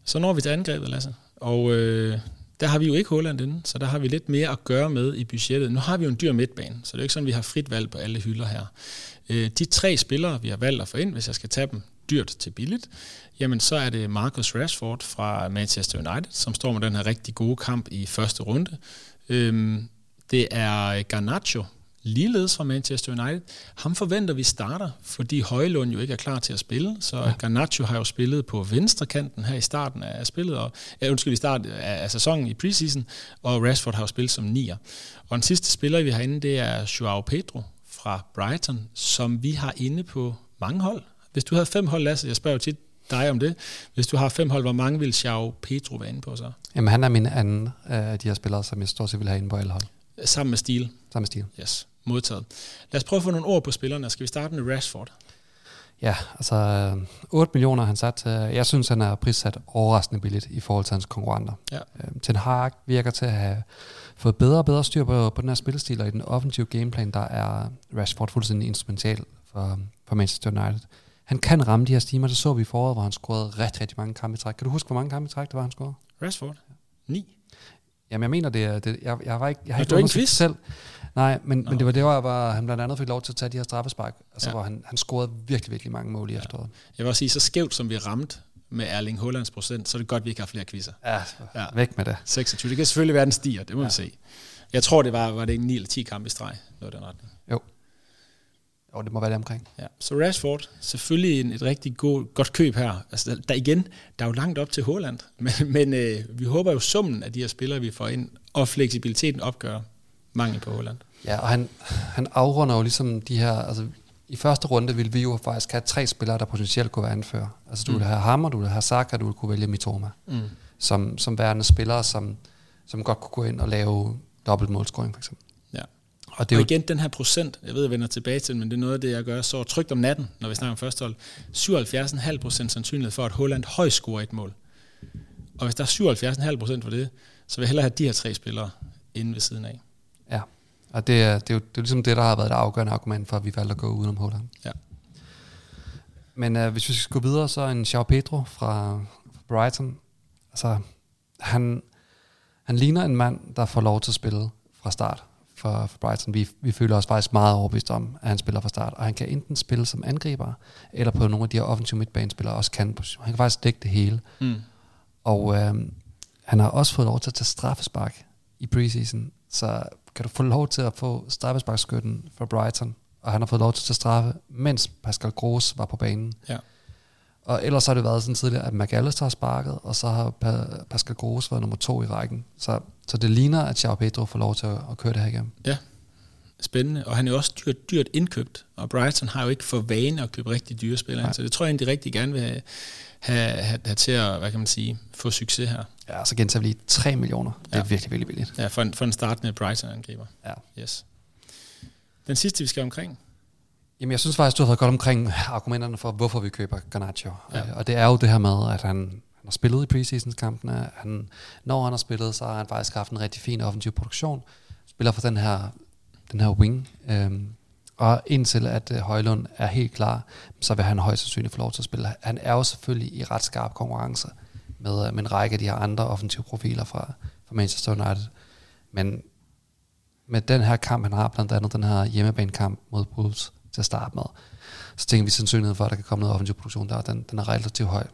Så når vi til angrebet, Lasse. Og øh, der har vi jo ikke Haaland inde, så der har vi lidt mere at gøre med i budgettet. Nu har vi jo en dyr midtbane, så det er jo ikke sådan, at vi har frit valg på alle hylder her. Øh, de tre spillere, vi har valgt at få ind, hvis jeg skal tage dem dyrt til billigt, jamen så er det Marcus Rashford fra Manchester United, som står med den her rigtig gode kamp i første runde. Øh, det er Garnacho, ligeledes fra Manchester United. Ham forventer vi starter, fordi Højlund jo ikke er klar til at spille, så ja. Garnacho har jo spillet på venstre kanten her i starten af spillet, og ja, undskyld, i starten af, af sæsonen i preseason, og Rashford har jo spillet som nier. Og den sidste spiller, vi har inde, det er Joao Pedro fra Brighton, som vi har inde på mange hold. Hvis du havde fem hold, Lasse, jeg spørger jo tit dig om det, hvis du har fem hold, hvor mange vil Joao Pedro være inde på så? Jamen han er min anden af de her spillere, som jeg stort set vil have inde på alle hold. Sammen med Stil? Sammen med Stil. Yes. Modtaget. Lad os prøve at få nogle ord på spillerne. Skal vi starte med Rashford? Ja, altså otte millioner han sat. Jeg synes, han er prissat overraskende billigt i forhold til hans konkurrenter. Ja. Ten Hag virker til at have fået bedre og bedre styr på, på den her spillestil, og i den offensive gameplan, der er Rashford fuldstændig instrumental for, for Manchester United. Han kan ramme de her stimer, det så vi i foråret, hvor han scorede rigtig, rigtig mange kampe i træk. Kan du huske, hvor mange kampe i træk, det var, han scorede? Rashford? Ni. Jamen, jeg mener, det er... Det, jeg, jeg, var ikke, jeg har ikke undersøgt selv. Nej, men, men det var det, hvor han blandt andet fik lov til at tage de her straffespark, altså ja. hvor han, han scorede virkelig, virkelig mange mål i ja. efteråret. Jeg vil også sige, så skævt som vi ramte med Erling Haalands procent, så er det godt, vi ikke har flere quizzer. Ja, ja. væk med det. seksogtyve. Det kan selvfølgelig være, den stiger, det må ja. vi se. Jeg tror, det var, var det ikke ni eller ti kampe i streg, noget den retning. Jo. Jo, det må være det omkring. Ja. Så Rashford, selvfølgelig en, et rigtig god, godt køb her. Altså, der, der igen, der er jo langt op til Haaland, men, men øh, vi håber jo summen af de her spillere, vi får ind, og fleksibiliteten opgør mangel på Haaland. Ja, og han, han afrunder jo ligesom de her, altså i første runde ville vi jo faktisk have tre spillere, der potentielt kunne være anfører. Altså du mm. ville have Hammer, du ville have Saka, du ville kunne vælge Mitoma, mm. som, som værende spillere, som, som godt kunne gå ind og lave dobbelt målscoring for eksempel. Ja. Og, det og igen, den her procent, jeg ved, jeg vender tilbage til, men det er noget af det, jeg gør så trygt om natten, når vi snakker om førstehold. syvoghalvfjerds komma fem procent sandsynlighed for, at Haaland højst scorer et mål. Og hvis der er syvoghalvfjerds komma fem procent for det, så vil jeg hellere have de her tre spillere inde ved siden af. Ja, og det er, det er jo det er ligesom det, der har været det afgørende argument for, at vi valgte at gå udenom Haaland. Ja. Men uh, hvis vi skal gå videre, så en Joao Pedro fra Brighton. Altså, han, han ligner en mand, der får lov til at spille fra start for, for Brighton. Vi, vi føler os faktisk meget overbevist om, at han spiller fra start. Og han kan enten spille som angriber, eller på nogle af de her offensive midtbanespillere også kan. Han kan faktisk dække det hele. Mm. Og uh, han har også fået lov til at tage straffespark i preseason. Så kan du få lov til at få straffesparkskytten for Brighton, og han har fået lov til at tage straffe, mens Pascal Gross var på banen. Ja. Og ellers har det været sådan tidligere, at McAllister har sparket, og så har pa- Pascal Gross været nummer to i rækken. Så, så det ligner, at Joao Pedro får lov til at, at køre det her igennem. Ja, spændende. Og han er jo også dyrt, dyrt indkøbt, og Brighton har jo ikke for vane at købe rigtig dyre spillere, så det tror jeg egentlig, de rigtig gerne vil have, have, have, have til at, hvad kan man sige, få succes her. Ja, så gentager vi lige tre millioner. Det er ja. virkelig, virkelig billigt. Ja, for en, for en startende Brighton-angriber. Ja. Yes. Den sidste, vi skal omkring. Jamen, jeg synes faktisk, du har været godt omkring argumenterne for, hvorfor vi køber Garnacho. Ja. Og det er jo det her med, at han, han har spillet i preseason-kampene. Han, når han har spillet, så har han faktisk haft en rigtig fin offensiv produktion. Spiller for den her, den her wing. Øhm, og indtil at uh, Højlund er helt klar, så vil han højst sandsynligt få lov til at spille. Han er jo selvfølgelig i ret skarp konkurrence med, med en række af de her andre offensive profiler fra, fra Manchester United. Men med den her kamp, han har blandt andet den her hjemmebanekamp mod Wolves til at starte med, så tænker vi sandsynlighed for, at der kan komme noget offensiv produktion der, den, den er relativt høj.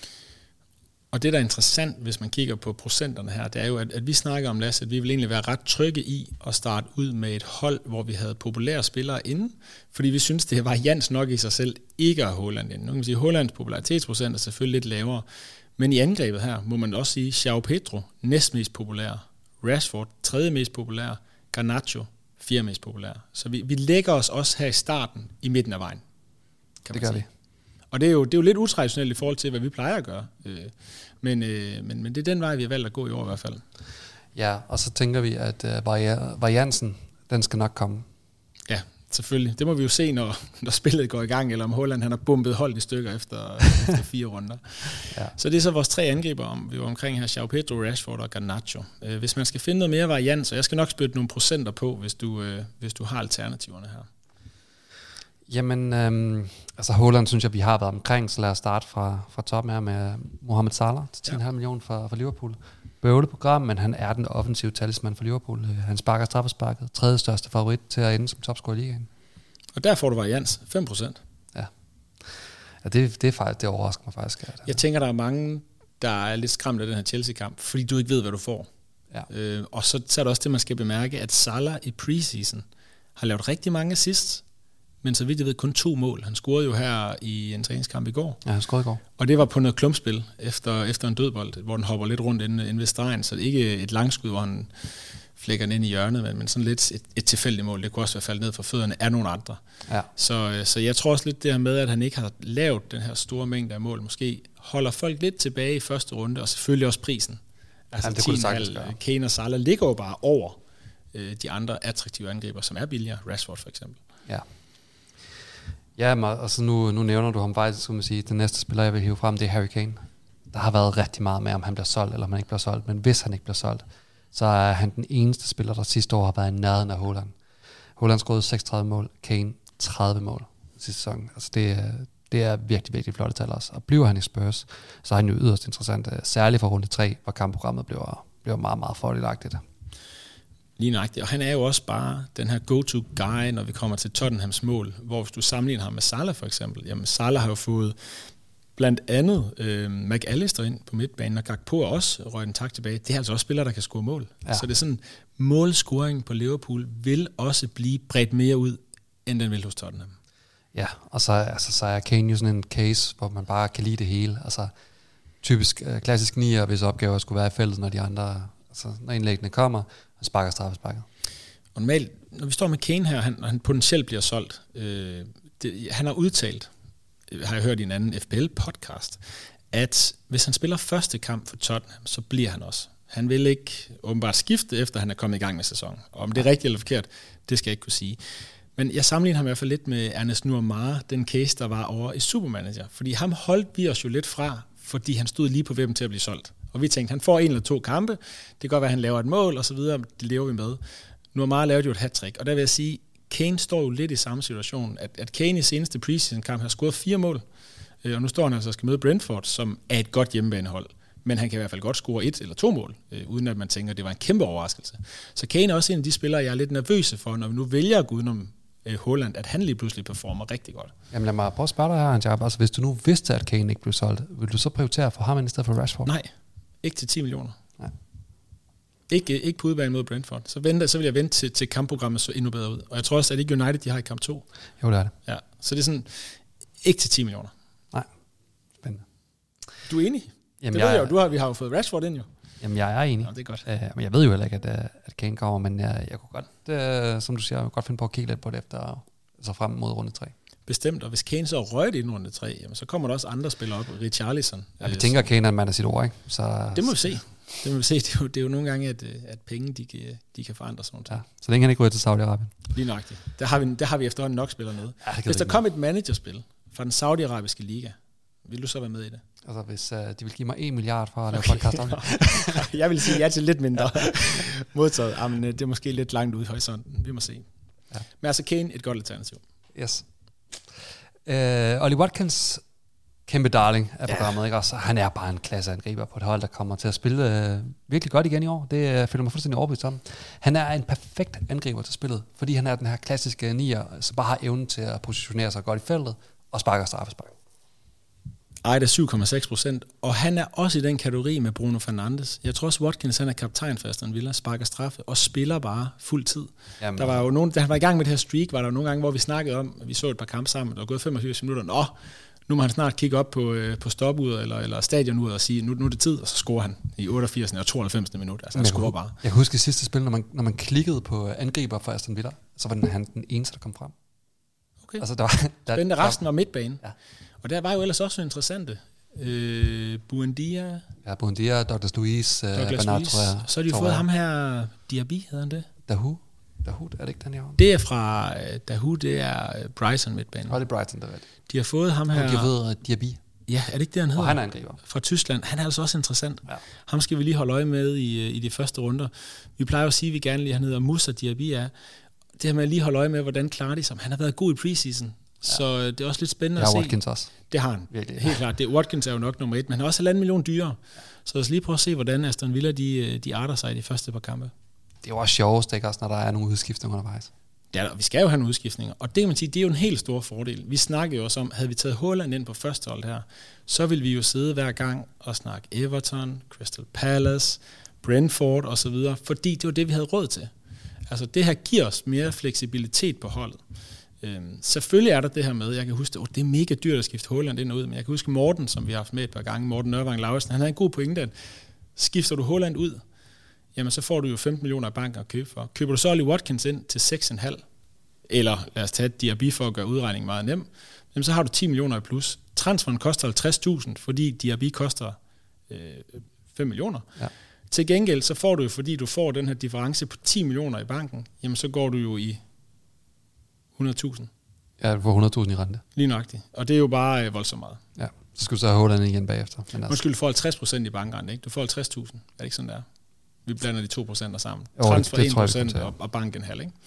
Og det, der er interessant, hvis man kigger på procenterne her, det er jo, at, at vi snakker om, Lasse, at vi vil egentlig være ret trygge i at starte ud med et hold, hvor vi havde populære spillere inde, fordi vi synes, det var Jans nok i sig selv ikke at Haaland inde. Nu kan man sige, at Haalands popularitetsprocent er selvfølgelig lidt lavere, men i angrebet her må man også sige, Joao Pedro, næstmest populær, Rashford, tredje mest populær, Garnacho, fjerde mest populær. Så vi, vi lægger os også her i starten i midten af vejen. Kan det gør sige. vi. Og det er, jo, det er jo lidt utraditionelt i forhold til, hvad vi plejer at gøre. Men, men, men det er den vej, vi har valgt at gå i år i hvert fald. Ja, og så tænker vi, at uh, variansen, den skal nok komme. Ja, selvfølgelig. Det må vi jo se, når, når spillet går i gang, eller om Haaland han har bumpet holdt i stykker efter, efter fire runder. Ja. Så det er så vores tre angriber, om vi var omkring her, Joao Pedro, Rashford og Garnacho. Hvis man skal finde noget mere variant, så jeg skal nok spytte nogle procenter på, hvis du, hvis du har alternativerne her. Jamen, øhm, altså Haaland synes jeg, vi har været omkring, så lad os starte fra, fra toppen her med Mohamed Salah til ti komma fem ja. millioner for, for Liverpool. Bøvleprogram, men han er den offensive talisman for Liverpool. Han sparker straffesparket, tredje største favorit til at ende som topscorer i ligaen. Og der får du varians, fem procent. Ja, ja det, det, er faktisk, det overrasker mig faktisk. At, jeg tænker, der er mange, der er lidt skræmt af den her Chelsea-kamp, fordi du ikke ved, hvad du får. Ja. Øh, og så, så er det også det, man skal bemærke, at Salah i preseason har lavet rigtig mange assists, men så vidt jeg ved kun to mål. Han scorede jo her i en træningskamp i går. Ja, han scorede i går. Og det var på noget klumpspil efter, efter en dødbold, hvor den hopper lidt rundt inde, inde ved stregen, så det er ikke et langskud, hvor han flækker den ind i hjørnet, men, men sådan lidt et, et tilfældigt mål. Det kunne også være faldet ned fra fødderne af nogle andre. Ja. Så, så jeg tror også lidt det her med, at han ikke har lavet den her store mængde af mål, måske holder folk lidt tilbage i første runde, og selvfølgelig også prisen. Altså ja, ti komma fem Kane og Salah ligger jo bare over øh, de andre attraktive angriber, som er billigere. Rashford for eksempel. Ja. Ja, altså nu, nu nævner du ham faktisk, skulle man sige, den næste spiller, jeg vil hive frem, det er Harry Kane. Der har været rigtig meget med, om han bliver solgt, eller om han ikke bliver solgt. Men hvis han ikke bliver solgt, så er han den eneste spiller, der sidste år har været i nærheden af Haaland. Haaland scorede seksogtredive mål, Kane tredive mål sidste sæson. Altså det, det er virkelig, virkelig flotte tal også. Og bliver han i Spurs, så er han jo yderst interessant, særligt for runde tre, hvor kampprogrammet bliver, bliver meget, meget fordelagtigt. Lige nøjagtigt. Og han er jo også bare den her go-to-guy, når vi kommer til Tottenhams mål, hvor hvis du sammenligner ham med Salah for eksempel, jamen Salah har jo fået blandt andet øh, McAllister ind på midtbanen, og Gakpo er også røget en tak tilbage. Det er altså også spillere, der kan score mål. Ja. Så det er sådan, målscoringen på Liverpool vil også blive bredt mere ud, end den vil hos Tottenham. Ja, og så, altså, så er Kane jo sådan en case, hvor man bare kan lide det hele. Altså typisk øh, klassisk nier, hvis opgaver skulle være i feltet, når de andre, altså når indlæggene kommer, han sparker straffesparket. Og normalt, når vi står med Kane her, han, han potentielt bliver solgt, øh, det, han har udtalt, har jeg hørt i en anden F P L-podcast, at hvis han spiller første kamp for Tottenham, så bliver han også. Han vil ikke åbenbart skifte, efter han er kommet i gang med sæsonen. Og om det er rigtigt eller forkert, det skal jeg ikke kunne sige. Men jeg sammenligner ham i hvert fald lidt med Ernest Nuamara, den case, der var over i Supermanager. Fordi ham holdt vi os jo lidt fra, fordi han stod lige på vippen til at blive solgt. Og vi tænkte, han får en eller to kampe, det kan godt være, at han laver et mål, og så videre, det lever vi med. Nuamara lavede jo et hat-trick, og der vil jeg sige, Kane står jo lidt i samme situation, at, at Kane i seneste preseason-kamp har scoret fire mål, og nu står han altså og skal møde Brentford, som er et godt hjemmebanehold. Men han kan i hvert fald godt score et eller to mål, øh, uden at man tænker, at det var en kæmpe overraskelse. Så Kane er også en af de spillere, jeg er lidt nervøse for, når vi nu vælger at gå udenom øh, Haaland, at han lige pludselig performer rigtig godt. Jamen lad mig prøve at spørge dig her, Hans Jacob. Altså hvis du nu vidste, at Kane ikke blev solgt, vil du så prioritere for ham i stedet for Rashford? Nej, ikke til ti millioner. Nej. Ikke, ikke på udbanen mod Brentford. Så, venter, så vil jeg vente til, til kampprogrammet så endnu bedre ud. Og jeg tror også, at ikke United, de har i kamp to. Jo, det er det. Ja, så det er sådan, ikke til ti millioner. Nej, spændende. Du er enig? Jamen, det jeg, ved jeg jo, du har, vi har jo fået Rashford ind jo. Jamen, jeg er enig. Ja, det er godt. Uh, men jeg ved jo heller ikke, at, at Kane kommer, men jeg, jeg kunne godt, uh, som du siger, jeg kunne godt finde på at kigge lidt på det efter, så frem mod runde tre. Bestemt, og hvis Kane så røget i runde tre, jamen, så kommer der også andre spillere op. Richarlison. Ja, vi tænker, at Kane er en mand af sit ord, ikke? Så, det må vi se. Det må vi se. Det er jo, det er jo nogle gange, at, at penge, de kan, de kan forandre sådan noget. Ja, så længe han ikke ryger til Saudi-Arabien. Lige nøjagtigt. Der har vi, der har vi efterhånden nok spillere med. Ja, hvis der kom et managerspil fra den saudiarabiske liga, vil du så være med i det? Altså, hvis uh, de vil give mig en milliard for at lave okay. podcast om det. Jeg vil sige ja til lidt mindre modtaget. Jamen, det er måske lidt langt ude i horisonten. Vi må se. Ja. Men altså Kane, et godt alternativ. Yes. Uh, Ollie Watkins, kæmpe darling af programmet, ja. Ikke? Også, han er bare en klasseangriber på et hold, der kommer til at spille uh, virkelig godt igen i år. Det uh, føler mig fuldstændig overbevist om. Han er en perfekt angriber til spillet, fordi han er den her klassiske nier, som bare har evnen til at positionere sig godt i feltet og sparker straffespark. Ej, det er syv komma seks procent, og han er også i den kategori med Bruno Fernandes. Jeg tror også, Watkins han er kaptajn for Aston Villa, sparker straffe og spiller bare fuld tid. Jamen. Der var jo nogen, da han var i gang med det her streak, var der jo nogle gange, hvor vi snakkede om, at vi så et par kampe sammen, der var gået femogtyve minutter. Nå, nu må han snart kigge op på, øh, på stopuret eller, eller stadionuret og sige, nu, nu er det tid, og så scorer han i otteogfirs og tooghalvfems minut. Altså, han scorer bare. Jeg kan huske i sidste spil, når man, når man klikkede på angriber for Aston Villa, så var den, han den eneste, der kom frem. Okay. Altså, der var, der, Spændende, resten var midtbane. Ja. Og der var jo ellers også interessante. Øh, Buendia. Ja, Buendia, Douglas Luiz, uh, Douglas Bernard, Luiz. tror jeg. Så har de fået ham her, Diaby hedder han det? Dahoud. Dahoud, er det ikke den her? Det er fra, uh, Dahoud, det er Brighton midtbanen. Og det er Brighton, der ved. De har fået ham her. Og de har fået Diaby. Ja, er det ikke det, han hedder? Og han er angriber. Fra Tyskland. Han er altså også interessant. Ja. Ham skal vi lige holde øje med i, i de første runder. Vi plejer jo at sige, at vi gerne lige, han hedder Moussa Diaby er. Det her med at lige holde øje med, hvordan klarer de sig. Han har været god i preseason. Så det er også lidt spændende ja, at se. Watkins også. Det har han. Virkelig. Helt klart. Det, Watkins er jo nok nummer et, men han har også halvanden million dyrere. Så lad os lige prøve at se, hvordan Aston Villa de, de arter sig i de første par kampe. Det er jo også sjovest, ikke også, når der er nogle udskiftninger undervejs. Ja, vi skal jo have nogle udskiftninger, og det kan man sige, det er jo en helt stor fordel. Vi snakker jo også om, havde vi taget Haaland ind på første hold her, så ville vi jo sidde hver gang og snakke Everton, Crystal Palace, Brentford osv., fordi det var det, vi havde råd til. Altså det her giver os mere fleksibilitet på holdet. Øhm, selvfølgelig er der det her med, jeg kan huske, oh, det er mega dyrt at skifte Haaland ind og ud, men jeg kan huske Morten, som vi har haft med et par gange, Morten Nørvang Lauritsen, han havde en god pointe, at skifter du Haaland ud, jamen så får du jo femten millioner i banken at købe for. Køber du så Ollie Watkins ind til seks komma fem, eller lad os tage Diaby for at gøre udregningen meget nem, jamen så har du ti millioner i plus. Transferen koster halvtreds tusind, fordi Diaby koster øh, fem millioner. Ja. Til gengæld så får du jo, fordi du får den her difference på ti millioner i banken, jamen så går du jo i hundrede tusind. Ja, du får hundrede tusind i rente. Lige nøjagtigt. Og det er jo bare øh, voldsomt meget. Ja, så skal du så have Haaland igen bagefter. Men altså. Måske du får halvtreds procent i bankrente, ikke? Du får halvtreds tusind. Er det ikke sådan der? Vi blander de to procent sammen. Jo, transfer det, en procent og, og banken halv, ikke?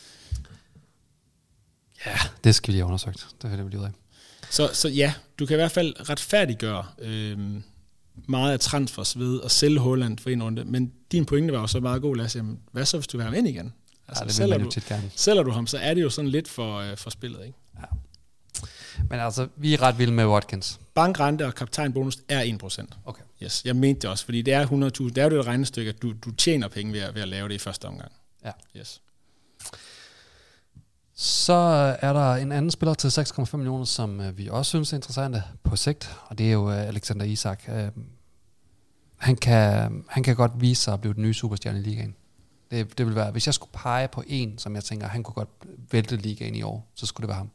Ja, det skal vi lige have undersøgt. Det finder vi lige ud af. Så, så ja, du kan i hvert fald retfærdiggøre øh, meget af transfers ved at sælge Haaland for en runde, men din pointe var jo så meget god, Lasse. Jamen, hvad så, hvis du vil have ham ind igen? Altså, ja, det sælger, vil du, gerne. sælger du ham, så er det jo sådan lidt for, øh, for spillet, ikke? Ja. Men altså, vi er ret vilde med Watkins. Bankrente og kaptajnbonus er en procent. Okay. Yes, jeg mente det også, fordi det er hundrede tusind. Det er jo det regnestykke, at du, du tjener penge ved at, ved at lave det i første omgang. Ja. Yes. Så er der en anden spiller til seks komma fem millioner, som uh, vi også synes er interessante på sigt, og det er jo uh, Alexander Isak. Uh, han, kan, han kan godt vise sig at blive den nye superstjerne i ligaen. Det, det vil være, hvis jeg skulle pege på en, som jeg tænker, han kunne godt vælte ligaen i år, så skulle det være ham.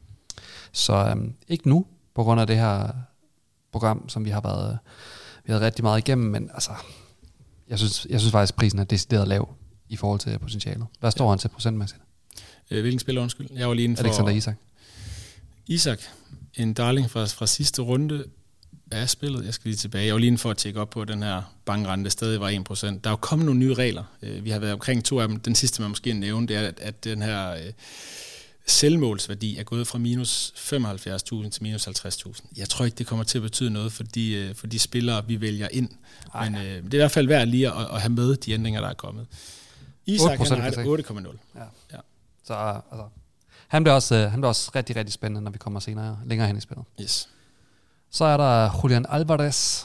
Så um, ikke nu, på grund af det her program, som vi har været vi har været rigtig meget igennem, men altså, jeg synes, jeg synes faktisk, at prisen er decideret lav i forhold til potentialet. Hvad står ja. han til procentmæssigt? Hvilken spiller, undskyld? Jeg var lige inde for... Alexander Isak. Isak, en darling fra, fra sidste runde af spillet. Jeg skal lige tilbage. Jeg var lige inde for at tjekke op på, at den her bankrente stadig var en procent. Der er jo kommet nogle nye regler. Vi har været omkring to af dem. Den sidste, man måske nævne, det er, at, at den her øh, selvmålsværdi er gået fra minus femoghalvfjerds tusind til minus halvtreds tusind. Jeg tror ikke, det kommer til at betyde noget for de, øh, for de spillere, vi vælger ind. Ej. Men øh, det er i hvert fald værd lige at, at have med de ændringer, der er kommet. Isak, han har et otte komma nul. Ja. Ja. Så altså, han bliver også, han bliver også rigtig, rigtig spændende, når vi kommer senere længere hen i spillet. Yes. Så er der Julian Alvarez,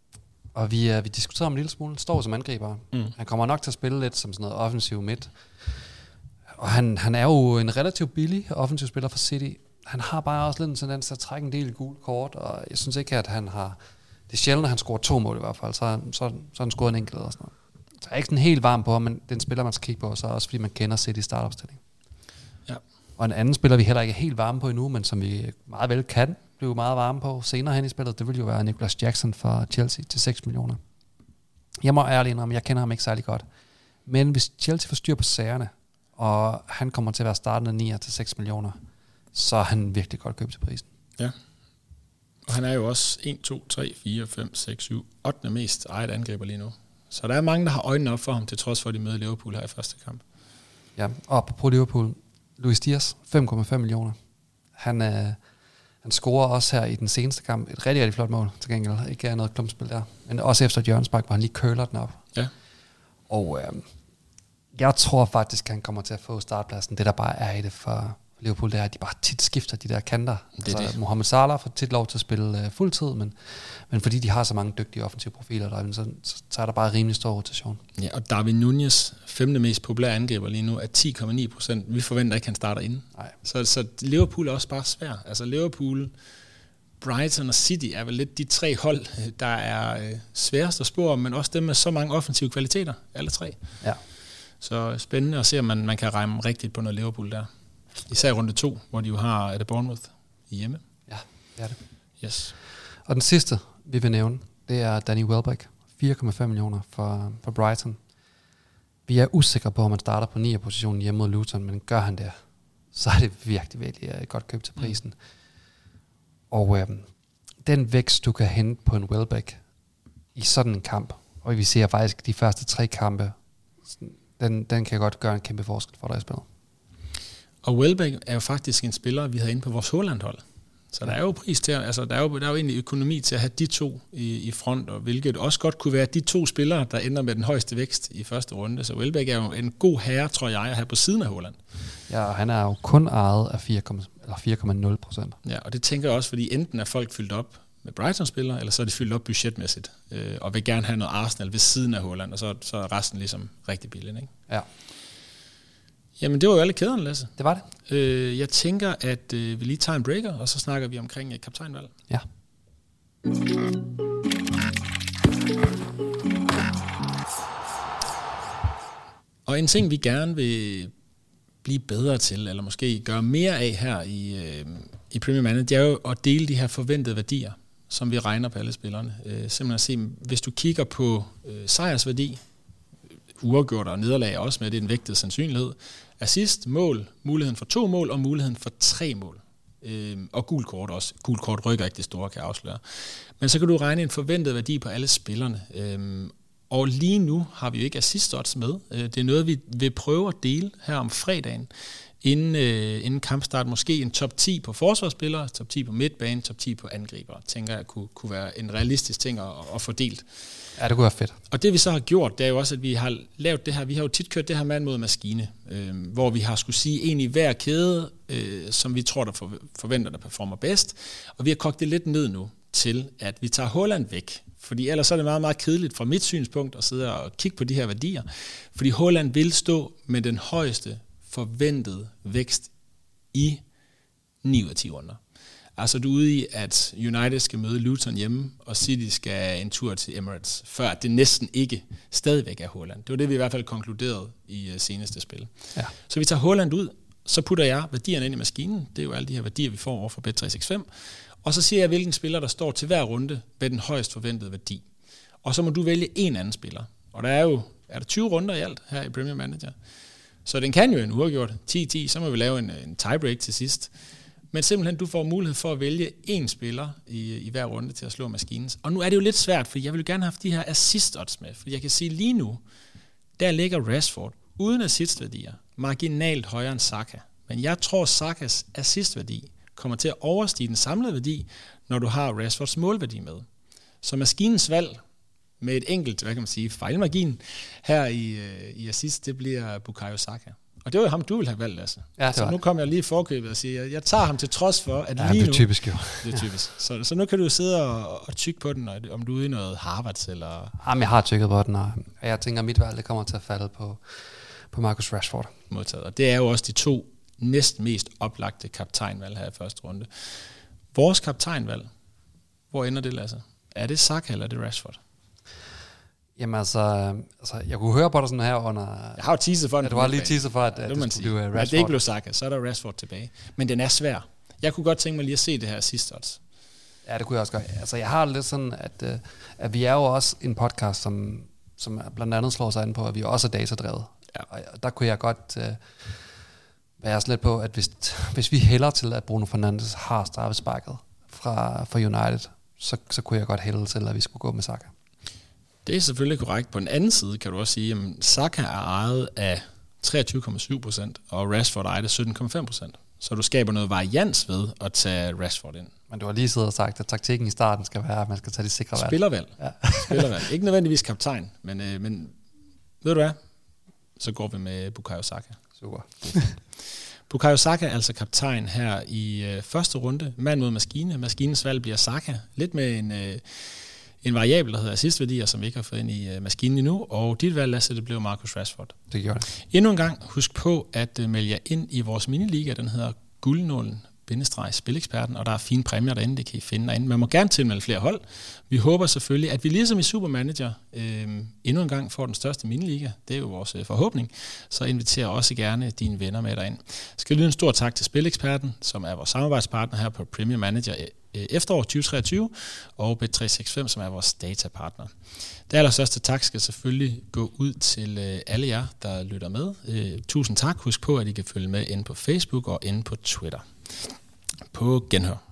og vi, uh, vi diskuterer om en lille smule. Står som angriber. Mm. Han kommer nok til at spille lidt som sådan noget offensiv midt. Og han, han er jo en relativt billig offensiv spiller for City. Han har bare også lidt en tendens til at trække en del gule kort, og jeg synes ikke, at han har... Det er sjældent, at han scorer to mål i hvert fald, så, så, så har han scoret en enkelt og sådan noget. Så jeg er ikke sådan helt varm på ham, men det er en spiller, man skal kigge på, så også fordi man kender City startopstilling. Ja. Og en anden spiller, vi heller ikke er helt varme på endnu, men som vi meget vel kan blive meget varme på senere hen i spillet, det vil jo være Nicolas Jackson fra Chelsea til seks millioner. Jeg må ærligt indrømme, jeg kender ham ikke særlig godt. Men hvis Chelsea får styr på sagerne, og han kommer til at være startende nier til seks millioner, så er han virkelig godt købt til prisen. Ja. Og han er jo også en, to, tre, fire, fem, seks, syv, ottende mest ejet angriber lige nu. Så der er mange, der har øjnene op for ham, til trods for, at de møder Liverpool her i første kamp. Ja, og på Liverpool, Luis Diaz, fem komma fem millioner. Han, øh, han scorer også her i den seneste kamp et rigtig, rigtig flot mål, til gengæld. Ikke er noget klumpspil der. Men også efter et hjørnespark, hvor han lige køler den op. Ja. Og øh, jeg tror faktisk, han kommer til at få startpladsen. Det, der bare er i det for Liverpool, det er, at de bare tit skifter de der kanter. Det altså, det. Mohamed Salah får tit lov til at spille øh, fuldtid, men, men fordi de har så mange dygtige offensive profiler, der, så, så, så er der bare rimelig stor rotation. Ja, og Darwin Núñez, femte mest populære angriber lige nu, er ti komma ni procent. Vi forventer ikke, at han starter inden. Nej. Så, så Liverpool er også bare svær. Altså Liverpool, Brighton og City er vel lidt de tre hold, der er øh, sværest at spore, men også dem med så mange offensive kvaliteter, alle tre. Ja. Så spændende at se, om man, man kan regne rigtigt på noget Liverpool der. Især runde to, hvor de jo har, er det Bournemouth hjemme? Ja, det er det. Yes. Og den sidste, vi vil nævne, det er Danny Welbeck. fire komma fem millioner for, for Brighton. Vi er usikre på, om han starter på nier positionen hjemme mod Luton, men gør han det, så er det virkelig, virkelig et godt køb til prisen. Mm. Og øhm, den vækst, du kan hente på en Welbeck i sådan en kamp, og vi ser faktisk de første tre kampe, den, den kan godt gøre en kæmpe forskel for dig i spillet. Og Welbeck er jo faktisk en spiller, vi havde inde på vores Haaland-hold. Så der er jo pris til, altså der er jo, der er jo egentlig økonomi til at have de to i, i front, og hvilket også godt kunne være de to spillere, der ender med den højeste vækst i første runde. Så Welbeck er jo en god herre, tror jeg, at have på siden af Haaland. Ja, og han er jo kun ejet af fire komma nul procent. Ja, og det tænker jeg også, fordi enten er folk fyldt op med Brighton-spillere, eller så er de fyldt op budgetmæssigt, øh, og vil gerne have noget Arsenal ved siden af Haaland, og så, så er resten ligesom rigtig billigt, ikke? Ja. Jamen, det var jo alle kæderne, Lasse. Det var det. Øh, jeg tænker, at øh, vi lige tager en breaker, og så snakker vi omkring øh, kaptajnvalg. Ja. Og en ting, vi gerne vil blive bedre til, eller måske gøre mere af her i, øh, i Premier Manager, det er jo at dele de her forventede værdier, som vi regner på alle spillerne. Øh, simpelthen at se, hvis du kigger på øh, sejrsværdi, uafgjort og nederlag også med, det er en vægtet sandsynlighed, assist, mål, muligheden for to mål og muligheden for tre mål. Øhm, og gul kort også. Gul kort rykker ikke det store, kan jeg afsløre. Men så kan du regne en forventet værdi på alle spillerne. Øhm, og lige nu har vi jo ikke assist odds med. Øh, det er noget, vi vil prøve at dele her om fredagen, inden, øh, inden kampstart. Måske en top ti på forsvarsspillere, top ti på midtbane, top ti på angriber. Tænker jeg kunne, kunne være en realistisk ting at, at få delt. Ja, det kunne være fedt. Og det vi så har gjort, det er jo også, at vi har lavet det her, vi har jo tit kørt det her mand mod maskine, øh, hvor vi har skulle sige en i hver kæde, øh, som vi tror, der for, forventer, der performer bedst. Og vi har kogt det lidt ned nu til, at vi tager Haaland væk. Fordi ellers er det meget, meget kedeligt fra mit synspunkt at sidde og kigge på de her værdier. Fordi Haaland vil stå med den højeste forventede vækst i ni ud af ti runder. Altså du er ude i, at United skal møde Luton hjemme, og City skal en tur til Emirates, før det næsten ikke stadigvæk er Haaland. Det var det, vi i hvert fald konkluderede i seneste spil. Ja. Så vi tager Haaland ud, så putter jeg værdierne ind i maskinen. Det er jo alle de her værdier, vi får over for bet tre seks fem. Og så siger jeg, hvilken spiller, der står til hver runde med den højst forventede værdi. Og så må du vælge en anden spiller. Og der er jo er der tyve runder i alt her i Premier Manager. Så den kan jo en uafgjort. ti ti, så må vi lave en, en tiebreak til sidst. Men simpelthen, du får mulighed for at vælge én spiller i, i hver runde til at slå maskinen. Og nu er det jo lidt svært, for jeg vil gerne have de her assist odds med. For jeg kan sige lige nu, der ligger Rashford uden assistværdier, marginalt højere end Saka. Men jeg tror, Sakas assistværdi kommer til at overstige den samlede værdi, når du har Rashfords målværdi med. Så maskinens valg med et enkelt, hvad kan man sige, fejlmargin her i, i assist, det bliver Bukayo Saka. Og det var jo ham, du ville have valgt, altså. Ja, så nu kommer jeg lige i forkøbet og siger, jeg tager ham til trods for, at ja, lige nu... det er typisk jo. Det er typisk. Så, så nu kan du sidde og, og tykke på den, om du er ude i noget Harvards, eller... Jamen, jeg har tykket på den, og jeg tænker, at mit valg det kommer til at falde på, på Marcus Rashford. Modtaget. Og det er jo også de to næsten mest oplagte kaptajnvalg her i første runde. Vores kaptajnvalg, hvor ender det, Lasse? Er det Saka, eller er det Rashford? Jamen altså, altså, jeg kunne høre på dig sådan her under... Jeg har jo teaset for den. Ja, du har lige teaset for, at det, det skulle blive Rashford. Ja, det ikke blev Saka, så er der Rashford tilbage. Men den er svær. Jeg kunne godt tænke mig lige at se det her sidste odds. Ja, det kunne jeg også godt. Altså, jeg har lidt sådan, at, at vi er jo også en podcast, som, som blandt andet slår sig an på, at vi også er datadrevet. Ja. Og der kunne jeg godt uh, være sådan lidt på, at hvis, hvis vi hælder til, at Bruno Fernandes har straffesparket fra, fra United, så, så kunne jeg godt hælde til, at vi skulle gå med Saka. Det er selvfølgelig korrekt. På den anden side kan du også sige, at Saka er ejet af treogtyve komma syv procent, og Rashford er ejet af sytten komma fem procent. Så du skaber noget varians ved at tage Rashford ind. Men du har lige siddet og sagt, at taktikken i starten skal være, at man skal tage de sikre valg. Spillervalg. Ja. Spillervalg. Ikke nødvendigvis kaptajn, men, øh, men ved du hvad? Så går vi med Bukayo Saka. Super. Bukayo Saka er altså kaptajn her i øh, første runde. Mand mod maskine. Maskinens valg bliver Saka. Lidt med en... Øh, En variabel, der hedder assistværdier, som vi ikke har fået ind i uh, maskinen endnu, og dit valg, Lasse, det blev Marcus Rashford. Det gjorde det. Endnu en gang, husk på at uh, melde jer ind i vores miniliga, den hedder Guldnålen bindestreg Spileksperten, og der er fine præmier derinde, det kan I finde derinde. Man må gerne tilmelde flere hold. Vi håber selvfølgelig, at vi ligesom i Supermanager øh, endnu en gang får den største miniliga. Det er jo vores øh, forhåbning. Så inviterer også gerne dine venner med derind. Skal lyde en stor tak til Spileksperten, som er vores samarbejdspartner her på Premier Manager efterår tyve treogtyve, og bet tre seks fem, som er vores datapartner. Det allerstørste tak skal selvfølgelig gå ud til øh, alle jer, der lytter med. Øh, tusind tak. Husk på, at I kan følge med inde på Facebook og inde på Twitter. På genhør.